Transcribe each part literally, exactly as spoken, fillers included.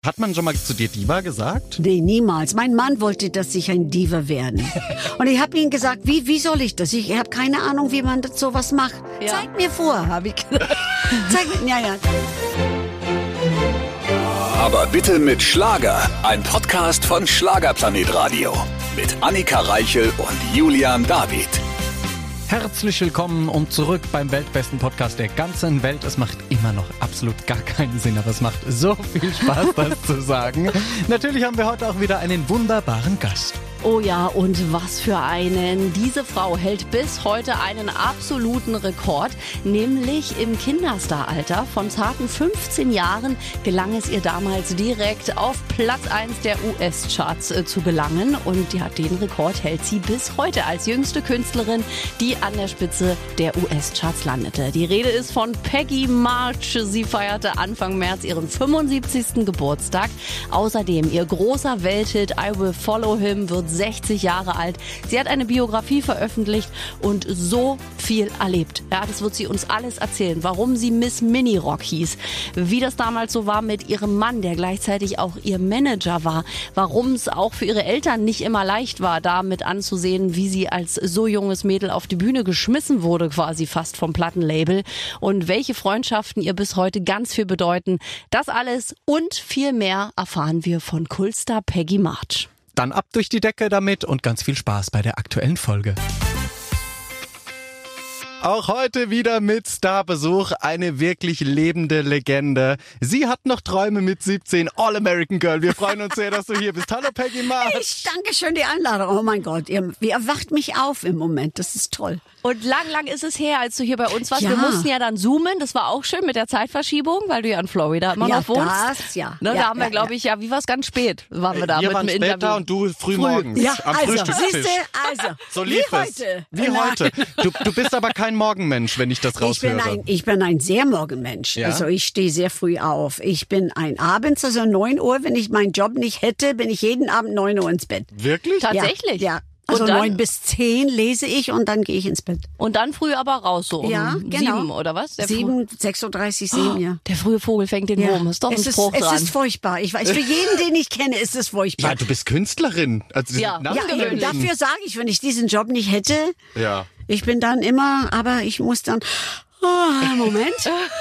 Hat man schon mal zu dir Diva gesagt? Nee, niemals. Mein Mann wollte, dass ich ein Diva werde. Und ich habe ihm gesagt, wie, wie soll ich das? Ich habe keine Ahnung, wie man das sowas macht. Ja. Zeig mir vor, habe ich gesagt. Zeig mir, ja, ja. Aber bitte mit Schlager. Ein Podcast von Schlagerplanet Radio. Mit Annika Reichel und Julian David. Herzlich willkommen und zurück beim weltbesten Podcast der ganzen Welt. Es macht immer noch absolut gar keinen Sinn, aber es macht so viel Spaß, das zu sagen. Natürlich haben wir heute auch wieder einen wunderbaren Gast. Oh ja, und was für einen. Diese Frau hält bis heute einen absoluten Rekord, nämlich im Kinderstar-Alter. Von zarten fünfzehn Jahren gelang es ihr damals direkt auf Platz eins der U S-Charts äh, zu gelangen. Und ja, den Rekord hält sie bis heute als jüngste Künstlerin, die an der Spitze der U S-Charts landete. Die Rede ist von Peggy March. Sie feierte Anfang März ihren fünfundsiebzigsten Geburtstag. Außerdem ihr großer Welthit I Will Follow Him wird sechzig Jahre alt. Sie hat eine Biografie veröffentlicht und so viel erlebt. Ja, das wird sie uns alles erzählen, warum sie Miss Mini-Rock hieß, wie das damals so war mit ihrem Mann, der gleichzeitig auch ihr Manager war, warum es auch für ihre Eltern nicht immer leicht war, damit anzusehen, wie sie als so junges Mädel auf die Bühne geschmissen wurde, quasi fast vom Plattenlabel, und welche Freundschaften ihr bis heute ganz viel bedeuten. Das alles und viel mehr erfahren wir von Kultstar Peggy March. Dann ab durch die Decke damit und ganz viel Spaß bei der aktuellen Folge. Auch heute wieder mit Starbesuch, eine wirklich lebende Legende. Sie hat noch Träume mit siebzehn, All-American Girl. Wir freuen uns sehr, dass du hier bist. Hallo Peggy March. Ich danke schön die Einladung. Oh mein Gott, ihr, ihr erwacht mich auf im Moment. Das ist toll. Und lang, lang ist es her, als du hier bei uns warst. Ja. Wir mussten ja dann zoomen. Das war auch schön mit der Zeitverschiebung, weil du ja in Florida immer Ja, noch wohnst. das, ja. Ne, Ja, da haben wir, ja, glaube ich, ja, wie war es ganz spät, waren wir da Wir mit waren dem später Interview. und du früh morgens Ja, am also, Frühstückstisch. siehste, also, So wie lief es. heute. Wie Nein. heute. Du, du bist aber kein Morgenmensch, wenn ich das Ich raushöre. bin, ein, ich bin ein sehr Morgenmensch. Ja? Also ich stehe sehr früh auf. Ich bin ein abends, also neun Uhr, wenn ich meinen Job nicht hätte, bin ich jeden Abend neun Uhr ins Bett. Wirklich? Tatsächlich? Ja. ja. Also Und dann- neun bis zehn lese ich und dann gehe ich ins Bett. Und dann früh aber raus, so um Ja, genau. sieben, oder was? Der Sieben, sechs Uhr dreißig, sieben, ja. Der frühe Vogel fängt den Ja. Wurm. Ist doch es ein ist, Spruch es dran. ist furchtbar. Ich weiß, für jeden, den ich kenne, ist es furchtbar. Ja, du bist Künstlerin. Also, Ja. na, Ja, eben, dafür sage ich, wenn ich diesen Job nicht hätte, Ja. ich bin dann immer, aber ich muss dann, oh, Moment,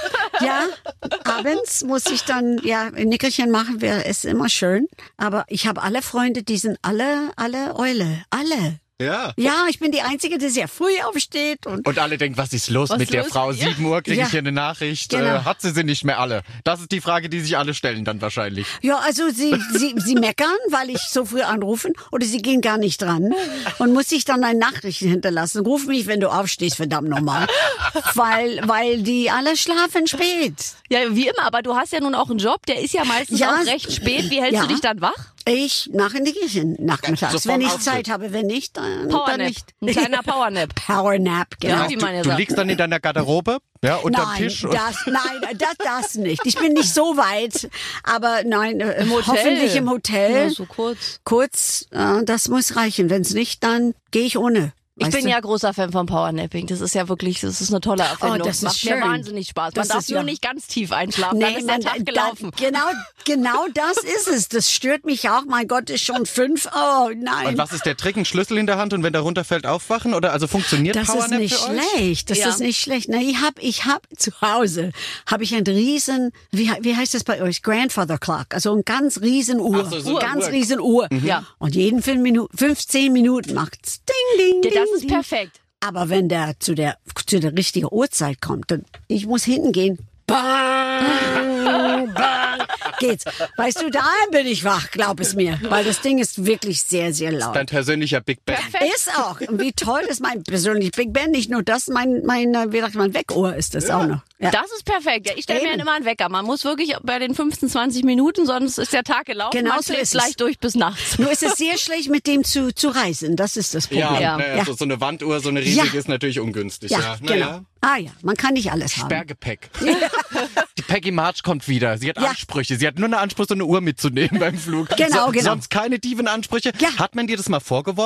ja, abends muss ich dann, ja, ein Nickerchen machen, wäre es immer schön, aber ich habe alle Freunde, die sind alle, alle Eule, alle. Ja. Ja, ich bin die Einzige, die sehr früh aufsteht und Und alle denken, was ist los Was mit der los? Frau? Ja. Sieben Uhr kriege Ja. ich hier eine Nachricht. Genau. Äh, hat sie sie nicht mehr alle? Das ist die Frage, die sich alle stellen dann wahrscheinlich. ja, also sie, sie, sie meckern, weil ich so früh anrufen oder sie gehen gar nicht dran und muss sich dann eine Nachricht hinterlassen. Ruf mich, wenn du aufstehst, verdammt nochmal. weil, weil die alle schlafen spät. Ja, wie immer, aber du hast ja nun auch einen Job, der ist ja meistens Ja. auch recht spät. Wie hältst Ja. du dich dann wach? Ich mache ein Nickerchen nachmittags, Sofort wenn ich aufstehen. Zeit habe, wenn nicht, dann, dann Powernap. nicht. Ein kleiner Powernap. Powernap, genau. Ja, wie man ja Du sagt. liegst dann in deiner Garderobe, ja, unterm Nein, Tisch. und- das, nein, das, das nicht. Ich bin nicht so weit, aber nein, äh, Im Hotel. hoffentlich im Hotel. Ja, so kurz. Kurz, äh, das muss reichen. Wenn es nicht, dann gehe ich ohne. Ich Weißt bin du? ja großer Fan von Powernapping. Das ist ja wirklich, das ist eine tolle Erfindung. Oh, das ist Macht schön. mir wahnsinnig Spaß. Man Das darf ist nur ja- nicht ganz tief einschlafen, dann ist der Tag da- gelaufen. genau, genau das ist es. Das stört mich auch. Mein Gott, ist schon fünf. Oh nein. Und was ist der Trick? Ein Schlüssel in der Hand und wenn der runterfällt, aufwachen? Oder also funktioniert Das ist Powernap nicht für euch? schlecht. Das Ja. ist nicht schlecht. Na, ich hab, ich hab zu Hause habe ich ein riesen, wie, wie heißt das bei euch? Grandfather Clock. Also ein ganz riesen Uhr. Ach so, so ein eine ganz Uhr. riesen Uhr. Ja. Und jeden fünf Minuten, fünfzehn Minuten macht's ding, ding, ding. Das ist ding. perfekt. Aber wenn der zu der, zu der richtigen Uhrzeit kommt, dann, ich muss hinten gehen. Bang, bang, geht's. Weißt du, da bin ich wach, glaub es mir. Weil das Ding ist wirklich sehr, sehr laut. Dein persönlicher Big Ben. Perfekt. Ist auch. Und wie toll ist mein persönlich Big Ben. Nicht nur das, mein, mein, äh, wie sagt man, Weckuhr ist das auch noch. Ja. Das ist perfekt. Ja, ich stelle mir Eben. dann immer einen Wecker. Man muss wirklich bei den fünfzehn, zwanzig Minuten, sonst ist der Tag gelaufen. Genau Man so schläft ist es. gleich durch bis nachts. Nur ist es sehr schlecht, mit dem zu, zu reisen. Das ist das Problem. Ja, Ja. naja, Ja. So, so eine Wanduhr, so eine riesige Ja. ist natürlich ungünstig. Ja, Ja, genau. naja. Ah ja, man kann nicht alles haben. Sperrgepäck. Die Peggy March kommt wieder. Sie hat Ja. Ansprüche. Sie hat nur einen Anspruch, so eine Uhr mitzunehmen beim Flug. Genau, so, genau. Sonst keine Dievenansprüche. Ja. Hat man dir das mal vorgeworfen?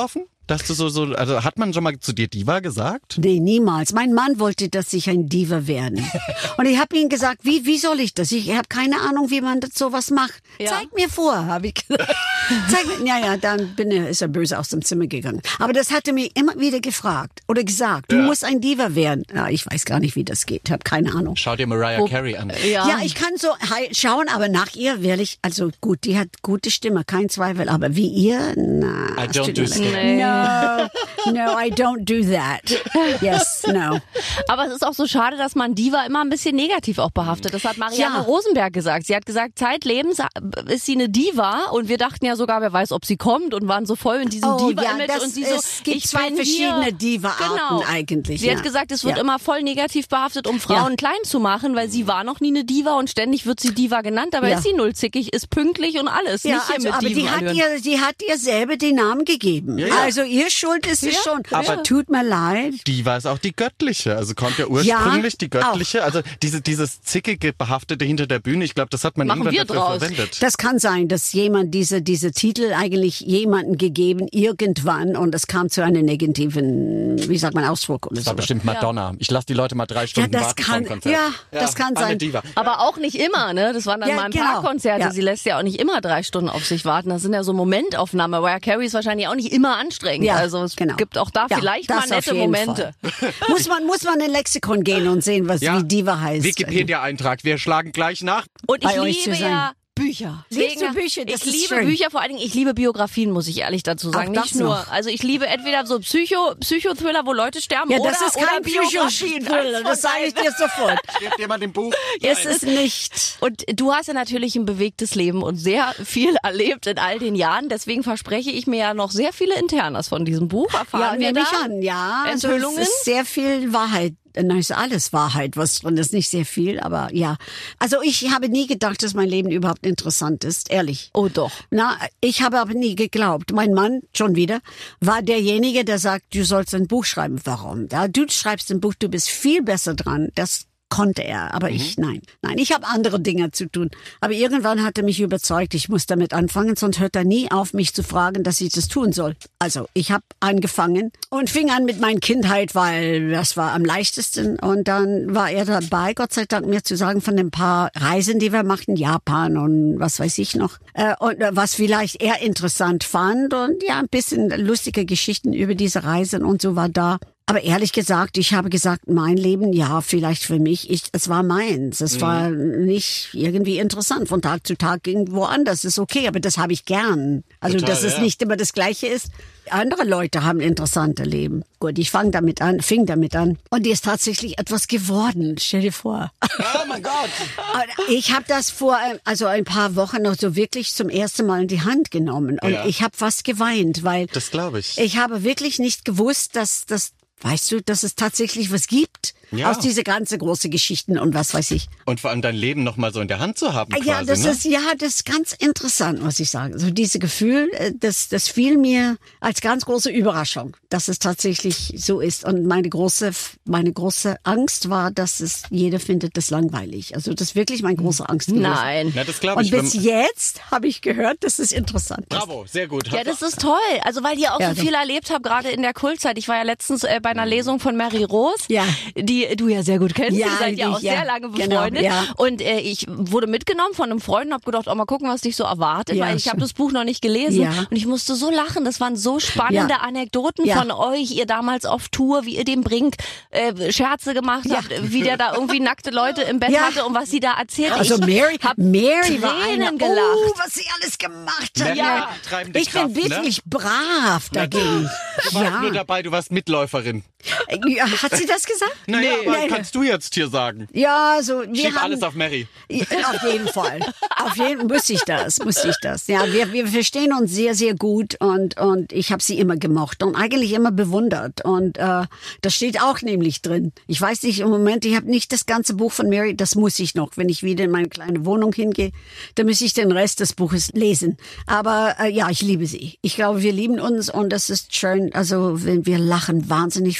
Dass du so, so, also hat man schon mal zu dir Diva gesagt? Nee, niemals. Mein Mann wollte, dass ich ein Diva werde. Und ich habe ihm gesagt, wie, wie soll ich das? Ich habe keine Ahnung, wie man das sowas macht. Ja. Zeig mir vor, habe ich gesagt. Zeig mir. Ja, ja, dann bin er, ist er böse aus dem Zimmer gegangen. Aber das hat er mir immer wieder gefragt oder gesagt. Du Ja. musst ein Diva werden. Ja, ich weiß gar nicht, wie das geht. Habe keine Ahnung. Schau dir Mariah Oh. Carey an. Ja. Ja, ich kann so hei- schauen, aber nach ihr werde ich, also gut, die hat gute Stimme, kein Zweifel, aber wie ihr, na. I es don't tut do mir stand. leid. No, no, I don't do that. Yes, no. Aber es ist auch so schade, dass man Diva immer ein bisschen negativ auch behaftet. Das hat Marianne Ja. Rosenberg gesagt. Sie hat gesagt, zeitlebens ist sie eine Diva und wir dachten ja sogar, wer weiß, ob sie kommt und waren so voll in diesem Oh, Diva-Image. ja, das- und sie so, es gibt ich zwei bin verschiedene hier. Diva-Arten genau. eigentlich, Sie ja. hat gesagt, es wird Ja. immer voll negativ behaftet, um Frauen Ja. klein zu machen, weil sie war noch nie eine Diva und ständig wird sie Diva genannt. Dabei Ja. ist sie nullzickig, ist pünktlich und alles. Ja, Nicht hier also, mit aber die hat, Divenallüren. ihr, die hat ihr selber den Namen gegeben. Ja, ja. Also ihr Schuld ist es Ja, schon. aber- tut mir leid. Diva ist auch die göttliche, also kommt ja ursprünglich Ja, die göttliche, also diese, dieses zickige, behaftete hinter der Bühne, ich glaube, das hat man Machen irgendwann wir dafür draus. verwendet. Das kann sein, dass jemand diese, diese Titel eigentlich jemanden gegeben, irgendwann, und es kam zu einer negativen, wie sagt man, Ausdruck oder Das war so. bestimmt Madonna. Ich lasse die Leute mal drei Ja, Stunden das warten kann, vor dem Konzert. ja, das kann eine sein. Diva. Aber auch nicht immer, ne? Das waren dann Ja, mal ein genau. paar Konzerte. Ja. Sie lässt ja auch nicht immer drei Stunden auf sich warten. Das sind ja so Momentaufnahmen. Mariah Carey ist wahrscheinlich auch nicht immer anstrengend. Ja, also es genau. gibt auch da Ja, vielleicht das mal auf nette jeden Momente. muss man, muss man in Lexikon gehen und sehen, was, Ja, wie Diva heißt. Wikipedia-Eintrag, wir schlagen gleich nach. Und ich Bei euch liebe zu sein. ja Bücher. Liebst du Deswegen- Bücher? Das ich ist liebe schön. Bücher, vor allen Dingen, ich liebe Biografien, muss ich ehrlich dazu sagen. Auch Nicht das nur. noch. Also ich liebe entweder so Psycho, Psychothriller, wo Leute sterben, Ja, oder, das ist oder kein Biografien. Psycho-Thriller, das sage ich dir sofort. Schreibt jemand im Buch? Es ist nicht. Und du hast ja natürlich ein bewegtes Leben und sehr viel erlebt in all den Jahren. Deswegen verspreche ich mir ja noch sehr viele Internas von diesem Buch. Erfahren Ja, wir nehme ich da an, ja. Also Enthüllungen? es ist sehr viel Wahrheit. Nein, ist alles Wahrheit, was drin ist. Nicht sehr viel, aber ja. Also ich habe nie gedacht, dass mein Leben überhaupt interessant ist, ehrlich. Oh doch. Na, ich habe aber nie geglaubt. Mein Mann, schon wieder, war derjenige, der sagt, du sollst ein Buch schreiben. Warum? Ja, du schreibst ein Buch, du bist viel besser dran. Das konnte er, aber ich, nein. Nein, ich habe andere Dinge zu tun. Aber irgendwann hat er mich überzeugt, ich muss damit anfangen, sonst hört er nie auf, mich zu fragen, dass ich das tun soll. Also, ich habe angefangen und fing an mit meiner Kindheit, weil das war am leichtesten. Und dann war er dabei, Gott sei Dank, mir zu sagen von den paar Reisen, die wir machten, Japan und was weiß ich noch. Äh, und äh, was vielleicht er interessant fand und ja, ein bisschen lustige Geschichten über diese Reisen und so war da. Aber ehrlich gesagt, ich habe gesagt, mein Leben, ja, vielleicht für mich, ich, es war meins. Es mhm. war nicht irgendwie interessant. Von Tag zu Tag ging woanders, ist okay, aber das habe ich gern. Also, Total, dass es ja. nicht immer das Gleiche ist. Andere Leute haben interessante Leben. Gut, ich fang damit an, fing damit an. Und die ist tatsächlich etwas geworden. Stell dir vor. Oh mein Gott. Ich habe das vor, also ein paar Wochen noch so wirklich zum ersten Mal in die Hand genommen. Und Ja. ich habe fast geweint, weil Das glaube ich. ich habe wirklich nicht gewusst, dass das, weißt du, dass es tatsächlich was gibt Ja. aus diese ganze große Geschichten und was weiß ich. Und vor allem dein Leben noch mal so in der Hand zu haben quasi, Ja, das ne? ist ja, das ist ganz interessant, muss ich sagen. So diese Gefühl, äh, das das fiel mir als ganz große Überraschung, dass es tatsächlich so ist. Und meine große meine große Angst war, dass es jeder findet das langweilig. Also das ist wirklich meine große Angst gewesen. Nein. Na, das glaube Und ich. bis wenn- jetzt habe ich gehört, dass es interessant ist. Bravo, sehr gut. Ja, das ist toll. Also weil ihr auch Ja, so doch. viel erlebt habt, gerade in der Kultzeit. Ich war ja letztens äh, bei einer Lesung von Mary Rose, Ja. die du ja sehr gut kennst. Ja, Ihr seid ja ich- auch ja. sehr lange Genau, befreundet. ja. Und äh, ich wurde mitgenommen von einem Freund und habe gedacht, oh, mal gucken, was dich so erwartet, Ja, weil ich habe schön. das Buch noch nicht gelesen. Ja. Und ich musste so lachen. Das waren so spannende Ja. Anekdoten Ja. von euch, ihr damals auf Tour, wie ihr dem Brink äh, Scherze gemacht Ja. habt, wie der da irgendwie nackte Leute im Bett Ja. hatte und was sie da erzählt. Also ich Mary, hab Mary war Tränen eine, gelacht. oh, was sie alles gemacht hat. Mary Ja. hat treibende Ich bin Kraft, ne? wirklich brav dagegen. Du warst Ja. nur dabei, du warst Mitläuferin. Ja, hat sie das gesagt? Naja, aber Nein. kannst du jetzt hier sagen. Ja, so wir Schieb haben alles auf Mary. Ja, auf jeden Fall. Auf jeden muss ich das, muss ich das. Ja, wir wir verstehen uns sehr sehr gut und und ich habe sie immer gemocht und eigentlich immer bewundert und äh, das steht auch nämlich drin. Ich weiß nicht im Moment, ich habe nicht das ganze Buch von Mary, das muss ich noch, wenn ich wieder in meine kleine Wohnung hingehe, dann muss ich den Rest des Buches lesen. Aber äh, ja, ich liebe sie. Ich glaube, wir lieben uns und das ist schön. Also wenn wir lachen wahnsinnig viel, wenn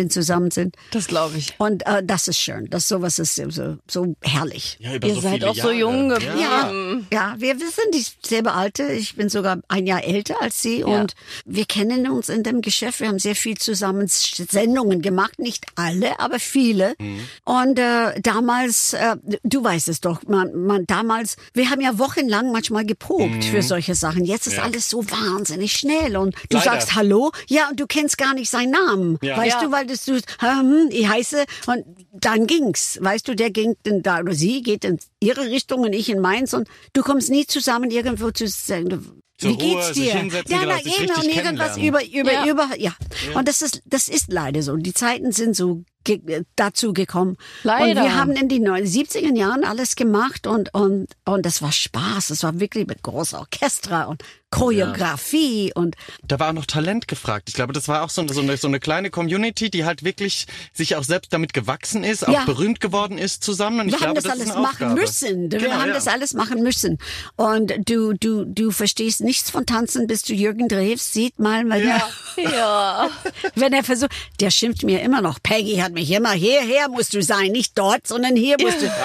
Fernsehen zusammen sind. Das glaube ich. Und äh, das ist schön. Das sowas ist so, so herrlich. Ja, über Ihr so seid viele auch so Jahre. jung Ja. geblieben. Ja, ja, wir, wir sind dieselbe Alte. Ich bin sogar ein Jahr älter als sie Ja. und wir kennen uns in dem Geschäft. Wir haben sehr viel zusammen Sendungen gemacht, nicht alle, aber viele. Mhm. Und äh, damals, äh, du weißt es doch, man, man damals, wir haben ja wochenlang manchmal geprobt für solche Sachen. Jetzt ist Mhm. Ja. alles so wahnsinnig schnell und du Leider. sagst Hallo, ja, und du kennst gar nicht seinen Namen, Ja. weißt Ja. du, weil das du, hm, ich heiße und dann ging's, weißt du, der ging in da oder sie geht in ihre Richtung und ich in meins und du kommst nie zusammen irgendwo zu sagen, Zur wie geht's Ruhe, sich dir? hinsetzen, Ja, genau, na, sich eben, richtig und irgendwas kennenlernen. über, über, Ja. über, ja. Und das ist, das ist leider so. Die Zeiten sind so ge dazu gekommen. Leider. Und wir haben in den siebziger Jahren alles gemacht und, und, und das war Spaß. Es war wirklich mit großem Orchester und Choreografie und Da war auch noch Talent gefragt. Ich glaube, das war auch so eine, so eine, so eine kleine Community, die halt wirklich sich auch selbst damit gewachsen ist, auch Ja. berühmt geworden ist zusammen. Und wir ich glaube, haben das, das alles ist eine machen Aufgabe. müssen. Wir Genau, haben ja. das alles machen müssen. Und du, du, du verstehst nichts von Tanzen, bis du Jürgen Drews sieht mal, weil Ja. Ja. wenn er versucht, der schimpft mir immer noch. Peggy hat mich immer hierher musst du sein, nicht dort, sondern hier musst du.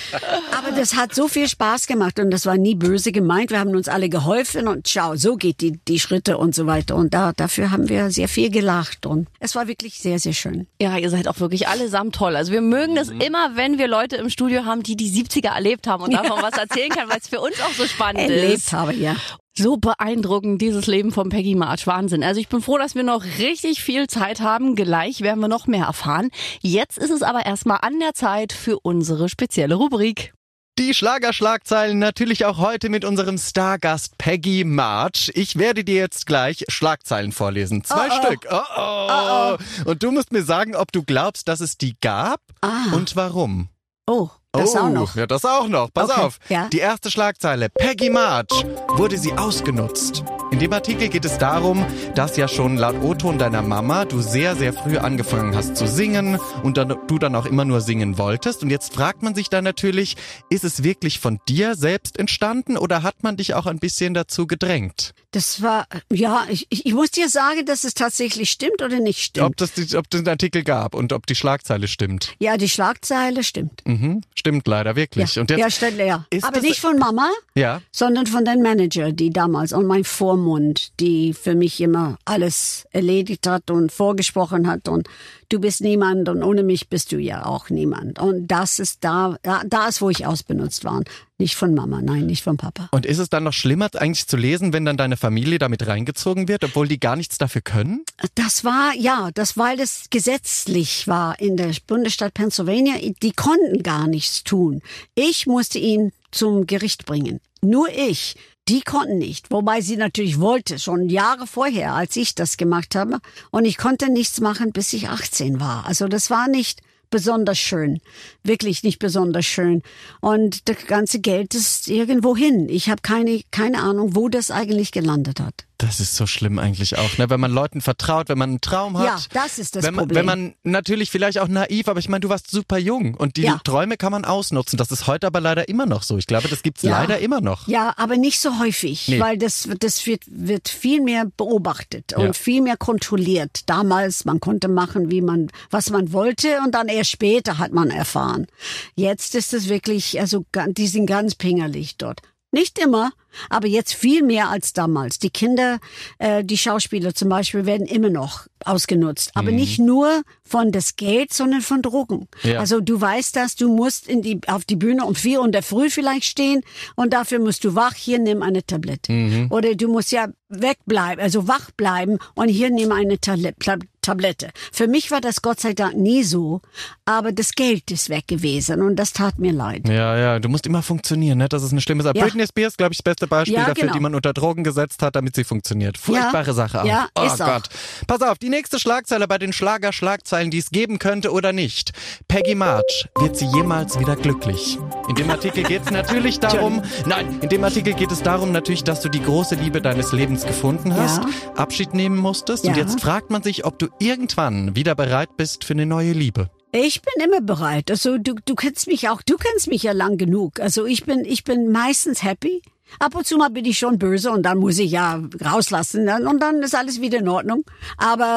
Aber das hat so viel Spaß gemacht und das war nie böse gemeint. Wir haben uns alle geholfen und schau, so geht die, die Schritte und so weiter. Und da, dafür haben wir sehr viel gelacht und es war wirklich sehr, sehr schön. Ja, ihr seid auch wirklich allesamt toll. Also wir mögen es immer, wenn wir Leute im Studio haben, die die siebziger erlebt haben und davon was erzählen können, weil es für uns auch so spannend Erlebt ist. habe, ja. So beeindruckend, dieses Leben von Peggy March. Wahnsinn. Also ich bin froh, dass wir noch richtig viel Zeit haben. Gleich werden wir noch mehr erfahren. Jetzt ist es aber erstmal an der Zeit für unsere spezielle Rubrik. Die Schlagerschlagzeilen natürlich auch heute mit unserem Stargast Peggy March. Ich werde dir jetzt gleich Schlagzeilen vorlesen. Zwei Oh, oh. Stück. Oh, oh. Und du musst mir sagen, ob du glaubst, dass es die gab Ah. und warum. Oh, das oh, auch noch. Ja, das auch noch. Pass Okay, auf. ja. Die erste Schlagzeile. Peggy March. Wurde sie ausgenutzt? In dem Artikel geht es darum, dass ja schon laut O-Ton deiner Mama du sehr, sehr früh angefangen hast zu singen und dann, du dann auch immer nur singen wolltest. Und jetzt fragt man sich dann natürlich, ist es wirklich von dir selbst entstanden oder hat man dich auch ein bisschen dazu gedrängt? Das war, ja, ich, ich ich muss dir sagen, dass es tatsächlich stimmt oder nicht stimmt. Ob das, die- ob es den Artikel gab und ob die Schlagzeile stimmt. Ja, die Schlagzeile stimmt. Mhm, stimmt leider wirklich. Ja, Und jetzt, ja, stimmt, ja. ist Aber das- nicht von Mama, ja. sondern von den Manager, die damals und mein Vormund, die für mich immer alles erledigt hat und vorgesprochen hat und du bist niemand und ohne mich bist du ja auch niemand. Und das ist da, da, da ist, wo ich ausbenutzt war. Nicht von Mama, nein, nicht von Papa. Und ist es dann noch schlimmer eigentlich zu lesen, wenn dann deine Familie damit reingezogen wird, obwohl die gar nichts dafür können? Das war, ja, das, weil das gesetzlich war in der Bundesstaat Pennsylvania. Die konnten gar nichts tun. Ich musste ihn zum Gericht bringen. Nur ich. Die konnten nicht. Wobei sie natürlich wollte, schon Jahre vorher, als ich das gemacht habe. Und ich konnte nichts machen, bis ich achtzehn war. Also das war nicht besonders schön. Wirklich nicht besonders schön. Und das ganze Geld ist irgendwo hin. Ich habe keine, keine Ahnung, wo das eigentlich gelandet hat. Das ist so schlimm eigentlich auch, ne? Wenn man Leuten vertraut, wenn man einen Traum hat. Ja, das ist das wenn man, Problem. Wenn man natürlich vielleicht auch naiv, aber ich meine, du warst super jung und die Ja. Träume kann man ausnutzen. Das ist heute aber leider immer noch so. Ich glaube, das gibt's Ja. leider immer noch. Ja, aber nicht so häufig, Nee. weil das, das wird, wird viel mehr beobachtet und Ja. viel mehr kontrolliert. Damals, man konnte machen, wie man, was man wollte und dann erst später hat man erfahren. Jetzt ist es wirklich, also, die sind ganz pingerlich dort. Nicht immer, aber jetzt viel mehr als damals. Die Kinder, äh, die Schauspieler zum Beispiel, werden immer noch ausgenutzt. Aber nicht nur von das Geld, sondern von Drogen. Ja. Also du weißt das, du musst in die, auf die Bühne um vier Uhr in der Früh vielleicht stehen und dafür musst du wach, hier nimm eine Tablette. Oder du musst ja wegbleiben, also wach bleiben und hier nimm eine Tablet, Tablette. Für mich war das Gott sei Dank nie so, aber das Geld ist weg gewesen und das tat mir leid. Ja, ja, du musst immer funktionieren, ne? Das ist eine schlimme Sache. Ja. Britney Spears, glaube ich, das beste Beispiel Ja, dafür, genau. die man unter Drogen gesetzt hat, damit sie funktioniert. Furchtbare Ja. Sache auch. Ja, oh ist auch. Gott. Pass auf, die nächste Schlagzeile bei den Schlager-Schlagzeilen, die es geben könnte oder nicht. Peggy March, wird sie jemals wieder glücklich? In dem Artikel geht es natürlich darum, nein, in dem Artikel geht es darum natürlich, dass du die große Liebe deines Lebens gefunden hast, Ja. Abschied nehmen musstest und Ja. jetzt fragt man sich, ob du irgendwann wieder bereit bist für eine neue Liebe. Ich bin immer bereit. Also du, du kennst mich auch, du kennst mich ja lang genug. Also ich bin, ich bin meistens happy. Ab und zu mal bin ich schon böse und dann muss ich ja rauslassen dann, und dann ist alles wieder in Ordnung. Aber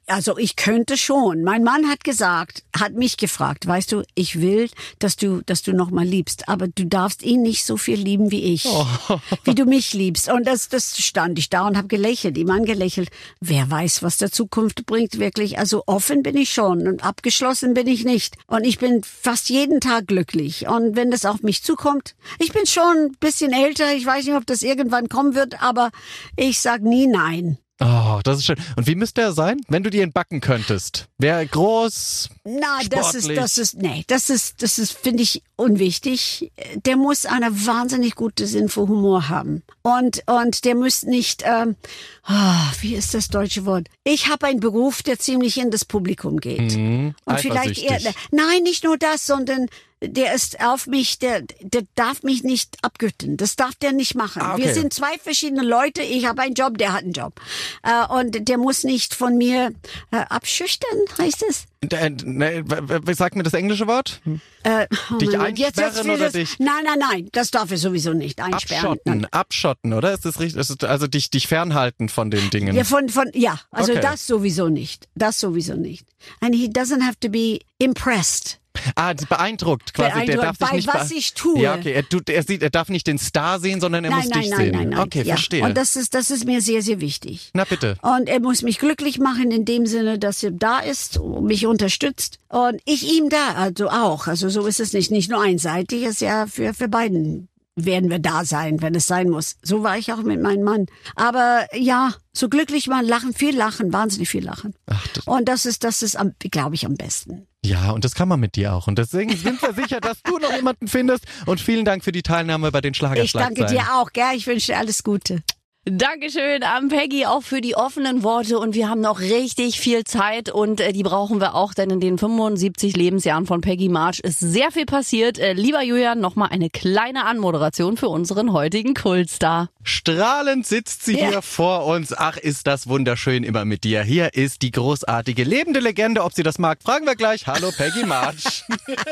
Also ich könnte schon. Mein Mann hat gesagt, hat mich gefragt, weißt du, ich will, dass du, dass du noch mal liebst, aber du darfst ihn nicht so viel lieben wie ich, oh. wie du mich liebst. Und das, das stand ich da und habe gelächelt, ihm angelächelt. Wer weiß, was der Zukunft bringt, wirklich. Also offen bin ich schon und abgeschlossen bin ich nicht. Und ich bin fast jeden Tag glücklich. Und wenn das auf mich zukommt, ich bin schon ein bisschen älter, ich weiß nicht, ob das irgendwann kommen wird, aber ich sag nie nein. Oh, das ist schön. Und wie müsste er sein, wenn du dir ihn backen könntest? Wäre groß, Na, sportlich? das ist, das ist, nee, das ist, das ist, finde ich, unwichtig. Der muss eine wahnsinnig gute Sinn für Humor haben. Und, und der muss nicht, ähm, oh, wie ist das deutsche Wort? Ich habe einen Beruf, der ziemlich in das Publikum geht. Mhm, und vielleicht eher, nein, nicht nur das, sondern der ist auf mich, der, der darf mich nicht abgötten. Das darf der nicht machen. Ah, okay. Wir sind zwei verschiedene Leute. Ich habe einen Job, der hat einen Job. Äh, und der muss nicht von mir äh, abschüchtern, heißt es? Äh, ne, sag mir das englische Wort? Äh, oh dich Mann, jetzt, jetzt einsperren oder das, dich? Nein, nein, nein, das darf er sowieso nicht einsperren. Abschotten, Nein. abschotten, oder? Ist das richtig? Ist also dich, dich fernhalten von den Dingen. Ja, von, von, ja, also Okay. das sowieso nicht. Das sowieso nicht. And he doesn't have to be impressed. Ah, beeindruckt quasi. Der darf Beeindruckt, dich bei nicht was be- ich tue. Ja, okay. Er, tut, er, sieht, er darf nicht den Star sehen, sondern er nein, muss nein, dich nein, sehen. nein, nein. Okay, ja. verstehe. Und das ist, das ist mir sehr, sehr wichtig. Na bitte. Und er muss mich glücklich machen in dem Sinne, dass er da ist, mich unterstützt. Und ich ihm da, also auch. Also so ist es nicht. Nicht nur einseitig, es ist ja für, für beiden werden wir da sein, wenn es sein muss. So war ich auch mit meinem Mann. Aber ja, so glücklich mal lachen, viel lachen, wahnsinnig viel lachen. Ach, das Und das ist, das ist, glaube ich, am besten. Ja, und das kann man mit dir auch. Und deswegen sind wir sicher, dass du noch jemanden findest. Und vielen Dank für die Teilnahme bei den Ich Schlagerschlagzeilen. danke dir auch, gell? Ich wünsche dir alles Gute. Dankeschön an Peggy auch für die offenen Worte und wir haben noch richtig viel Zeit und äh, die brauchen wir auch, denn in den fünfundsiebzig Lebensjahren von Peggy March ist sehr viel passiert. Äh, lieber Julian, nochmal eine kleine Anmoderation für unseren heutigen Kultstar. Strahlend sitzt sie Ja. hier vor uns. Ach, ist das wunderschön immer mit dir. Hier ist die großartige lebende Legende. Ob sie das mag, fragen wir gleich. Hallo Peggy March.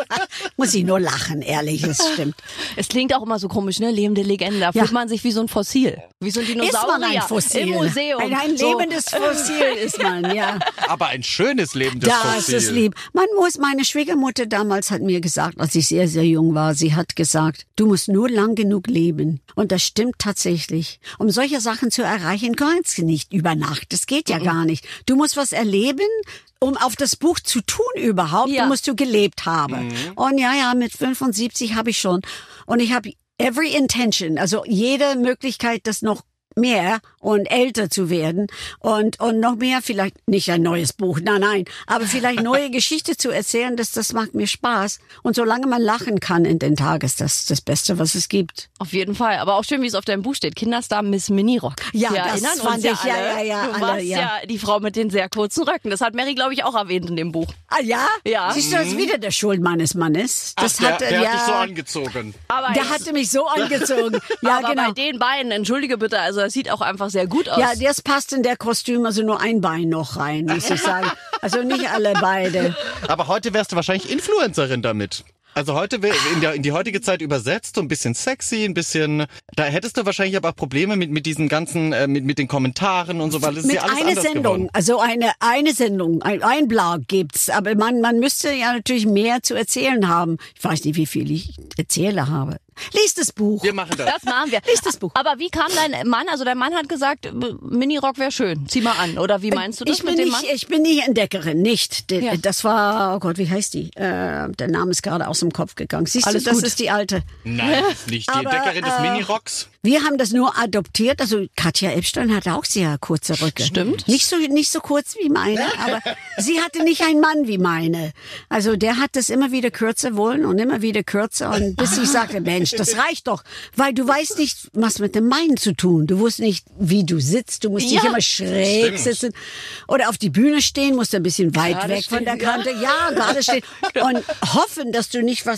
Muss ich nur lachen, ehrlich, es stimmt. Es klingt auch immer so komisch, ne? Lebende Legende. Da fühlt man sich wie so ein Fossil. Wie so ein Dinosaurier Ist man ein Fossil? im Museum. Ein, ein So. lebendes Fossil ist man, ja. Aber ein schönes lebendes Das Fossil. ist lieb. Man muss, meine Schwiegermutter damals hat mir gesagt, als ich sehr, sehr jung war, sie hat gesagt, du musst nur lang genug leben. Und das stimmt tatsächlich. Um solche Sachen zu erreichen, kannst du nicht über Nacht. Das geht ja gar nicht. Du musst was erleben, um auf das Buch zu tun überhaupt, Ja. musst du gelebt haben. Und ja, ja, mit fünfundsiebzig habe ich schon. Und ich habe every intention, also jede Möglichkeit, das noch mehr und älter zu werden und und noch mehr, vielleicht nicht ein neues Buch, nein, nein, aber vielleicht neue Geschichte zu erzählen, das das macht mir Spaß. Und solange man lachen kann in den Tagen, ist das das Beste, was es gibt. Auf jeden Fall. Aber auch schön, wie es auf deinem Buch steht. Kinderstar Miss Minirock. Ja, Wir das erinnern fand uns ja ich, ja, alle. ja, ja, Du alle, warst ja. ja die Frau mit den sehr kurzen Röcken. Das hat Mary, glaube ich, auch erwähnt in dem Buch. Ah ja? Ja. Siehst du, das ist wieder der Schuld meines Mannes. Das Ach, der, hatte, der ja, hat dich so angezogen. Aber der hatte mich so angezogen. Ja, aber genau. bei den Beinen, entschuldige bitte, also es sieht auch einfach sehr gut aus. Ja, das passt in der Kostüm, also nur ein Bein noch rein, muss ich sagen. Also nicht alle beide. Aber heute wärst du wahrscheinlich Influencerin damit. Also heute wär- in, der, in die heutige Zeit übersetzt, so ein bisschen sexy, ein bisschen. Da hättest du wahrscheinlich aber auch Probleme mit mit diesen ganzen, äh, mit mit den Kommentaren und so, weil es ist Mit ja alles einer anders Sendung, geworden. also eine eine Sendung, ein, ein Blog gibt's, aber man man müsste ja natürlich mehr zu erzählen haben. Ich weiß nicht, wie viel ich erzähle habe. Lies das Buch. Wir machen das. Das machen wir. Lies das Buch. Aber wie kam dein Mann, also dein Mann hat gesagt, äh, Minirock wäre schön, zieh mal an. Oder wie meinst du das ich bin mit dem nicht, Mann? ich bin nicht Entdeckerin, nicht. De- Ja. Das war, oh Gott, wie heißt die? Äh, der Name ist gerade aus dem Kopf gegangen. Siehst Alles du, das gut. ist die alte. Nein, das ist nicht die Aber, Entdeckerin des äh, Minirocks. Wir haben das nur adoptiert. Also Katja Epstein hatte auch sehr kurze Röcke. Stimmt. Nicht so nicht so kurz wie meine, aber sie hatte nicht einen Mann wie meine. Also der hat das immer wieder kürzer wollen und immer wieder kürzer und bis ich sagte, Mensch, das reicht doch, weil du weißt nicht, was mit dem meinen zu tun. Du wusst nicht, wie du sitzt. Du musst Ja, nicht immer schräg stimmt. sitzen oder auf die Bühne stehen, musst ein bisschen weit Gerade weg von stehen, der ja. Kante. Ja, gerade stehen und hoffen, dass du nicht was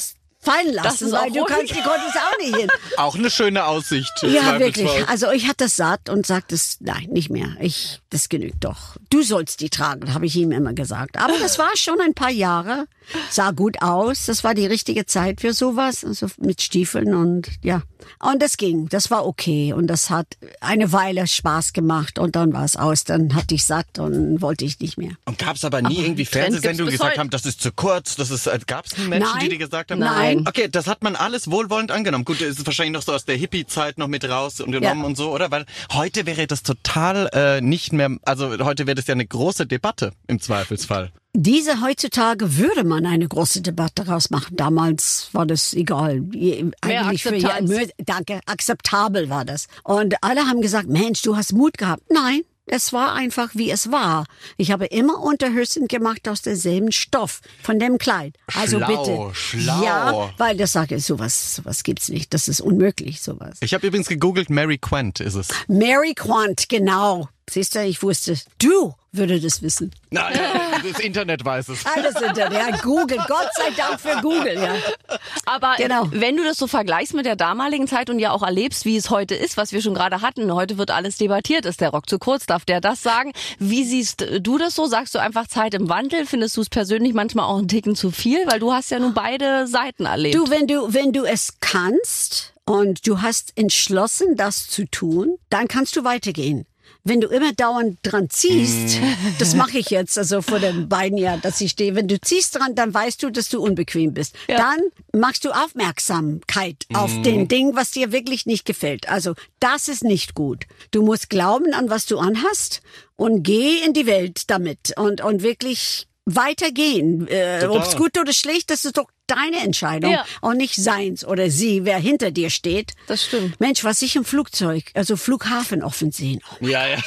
fallen Das lassen, ist weil auch du ruhig. kannst, die konntest auch nicht hin. Auch eine schöne Aussicht. Ja, wirklich. zweifelsfall. Also ich hatte das satt und sagte, es, nein, nicht mehr. Ich, das genügt doch. Du sollst die tragen, habe ich ihm immer gesagt. Aber das war schon ein paar Jahre, sah gut aus. Das war die richtige Zeit für sowas, also mit Stiefeln und ja. Und das ging, das war okay und das hat eine Weile Spaß gemacht und dann war es aus. Dann hatte ich satt und wollte ich nicht mehr. Und gab es aber nie irgendwie Trend Fernsehsendungen, die gibt's bis gesagt heute. haben, das ist zu kurz, das ist, gab es Menschen, Nein. die dir gesagt haben, Nein. Okay, das hat man alles wohlwollend angenommen. Gut, das ist wahrscheinlich noch so aus der Hippie-Zeit noch mit raus und genommen Ja. und so, oder? Weil heute wäre das total äh, nicht mehr, also heute wäre das ja eine große Debatte im Zweifelsfall. Diese heutzutage würde man eine große Debatte daraus machen. Damals war das egal. Je- Mehr Eigentlich für, Akzeptanz. mö- danke, akzeptabel war das. Und alle haben gesagt, Mensch, du hast Mut gehabt. Nein, es war einfach, wie es war. Ich habe immer Unterhöschen gemacht aus demselben Stoff, von dem Kleid. Also Schlau, bitte. schlau. Ja, weil das sage ich, sowas, sowas gibt's nicht. Das ist unmöglich, sowas. Ich habe übrigens gegoogelt, Mary Quant ist es. Mary Quant, genau. Siehst du, ich wusste, du würdest das wissen. Nein, das Internet weiß es. Alles hinter, ja, Google, Gott sei Dank für Google, ja. Aber Genau. wenn du das so vergleichst mit der damaligen Zeit und ja auch erlebst, wie es heute ist, was wir schon gerade hatten, heute wird alles debattiert, ist der Rock zu kurz, darf der das sagen? Wie siehst du das so? Sagst du einfach Zeit im Wandel? Findest du es persönlich manchmal auch einen Ticken zu viel? Weil du hast ja nun beide Seiten erlebt. Du, wenn du, wenn du es kannst und du hast entschlossen, das zu tun, dann kannst du weitergehen. Wenn du immer dauernd dran ziehst, das mache ich jetzt, also vor den beiden Jahren, dass ich stehe. Wenn du ziehst dran, dann weißt du, dass du unbequem bist. Ja. Dann machst du Aufmerksamkeit auf den Ding, was dir wirklich nicht gefällt. Also das ist nicht gut. Du musst glauben an, was du anhast und geh in die Welt damit und und wirklich weitergehen. Äh, Total. ob's gut oder schlecht, das ist doch deine Entscheidung Ja. und nicht seins oder sie, wer hinter dir steht. Das stimmt. Mensch, was ich im Flugzeug, also Flughafen offen sehen. Oh, Ja, ja.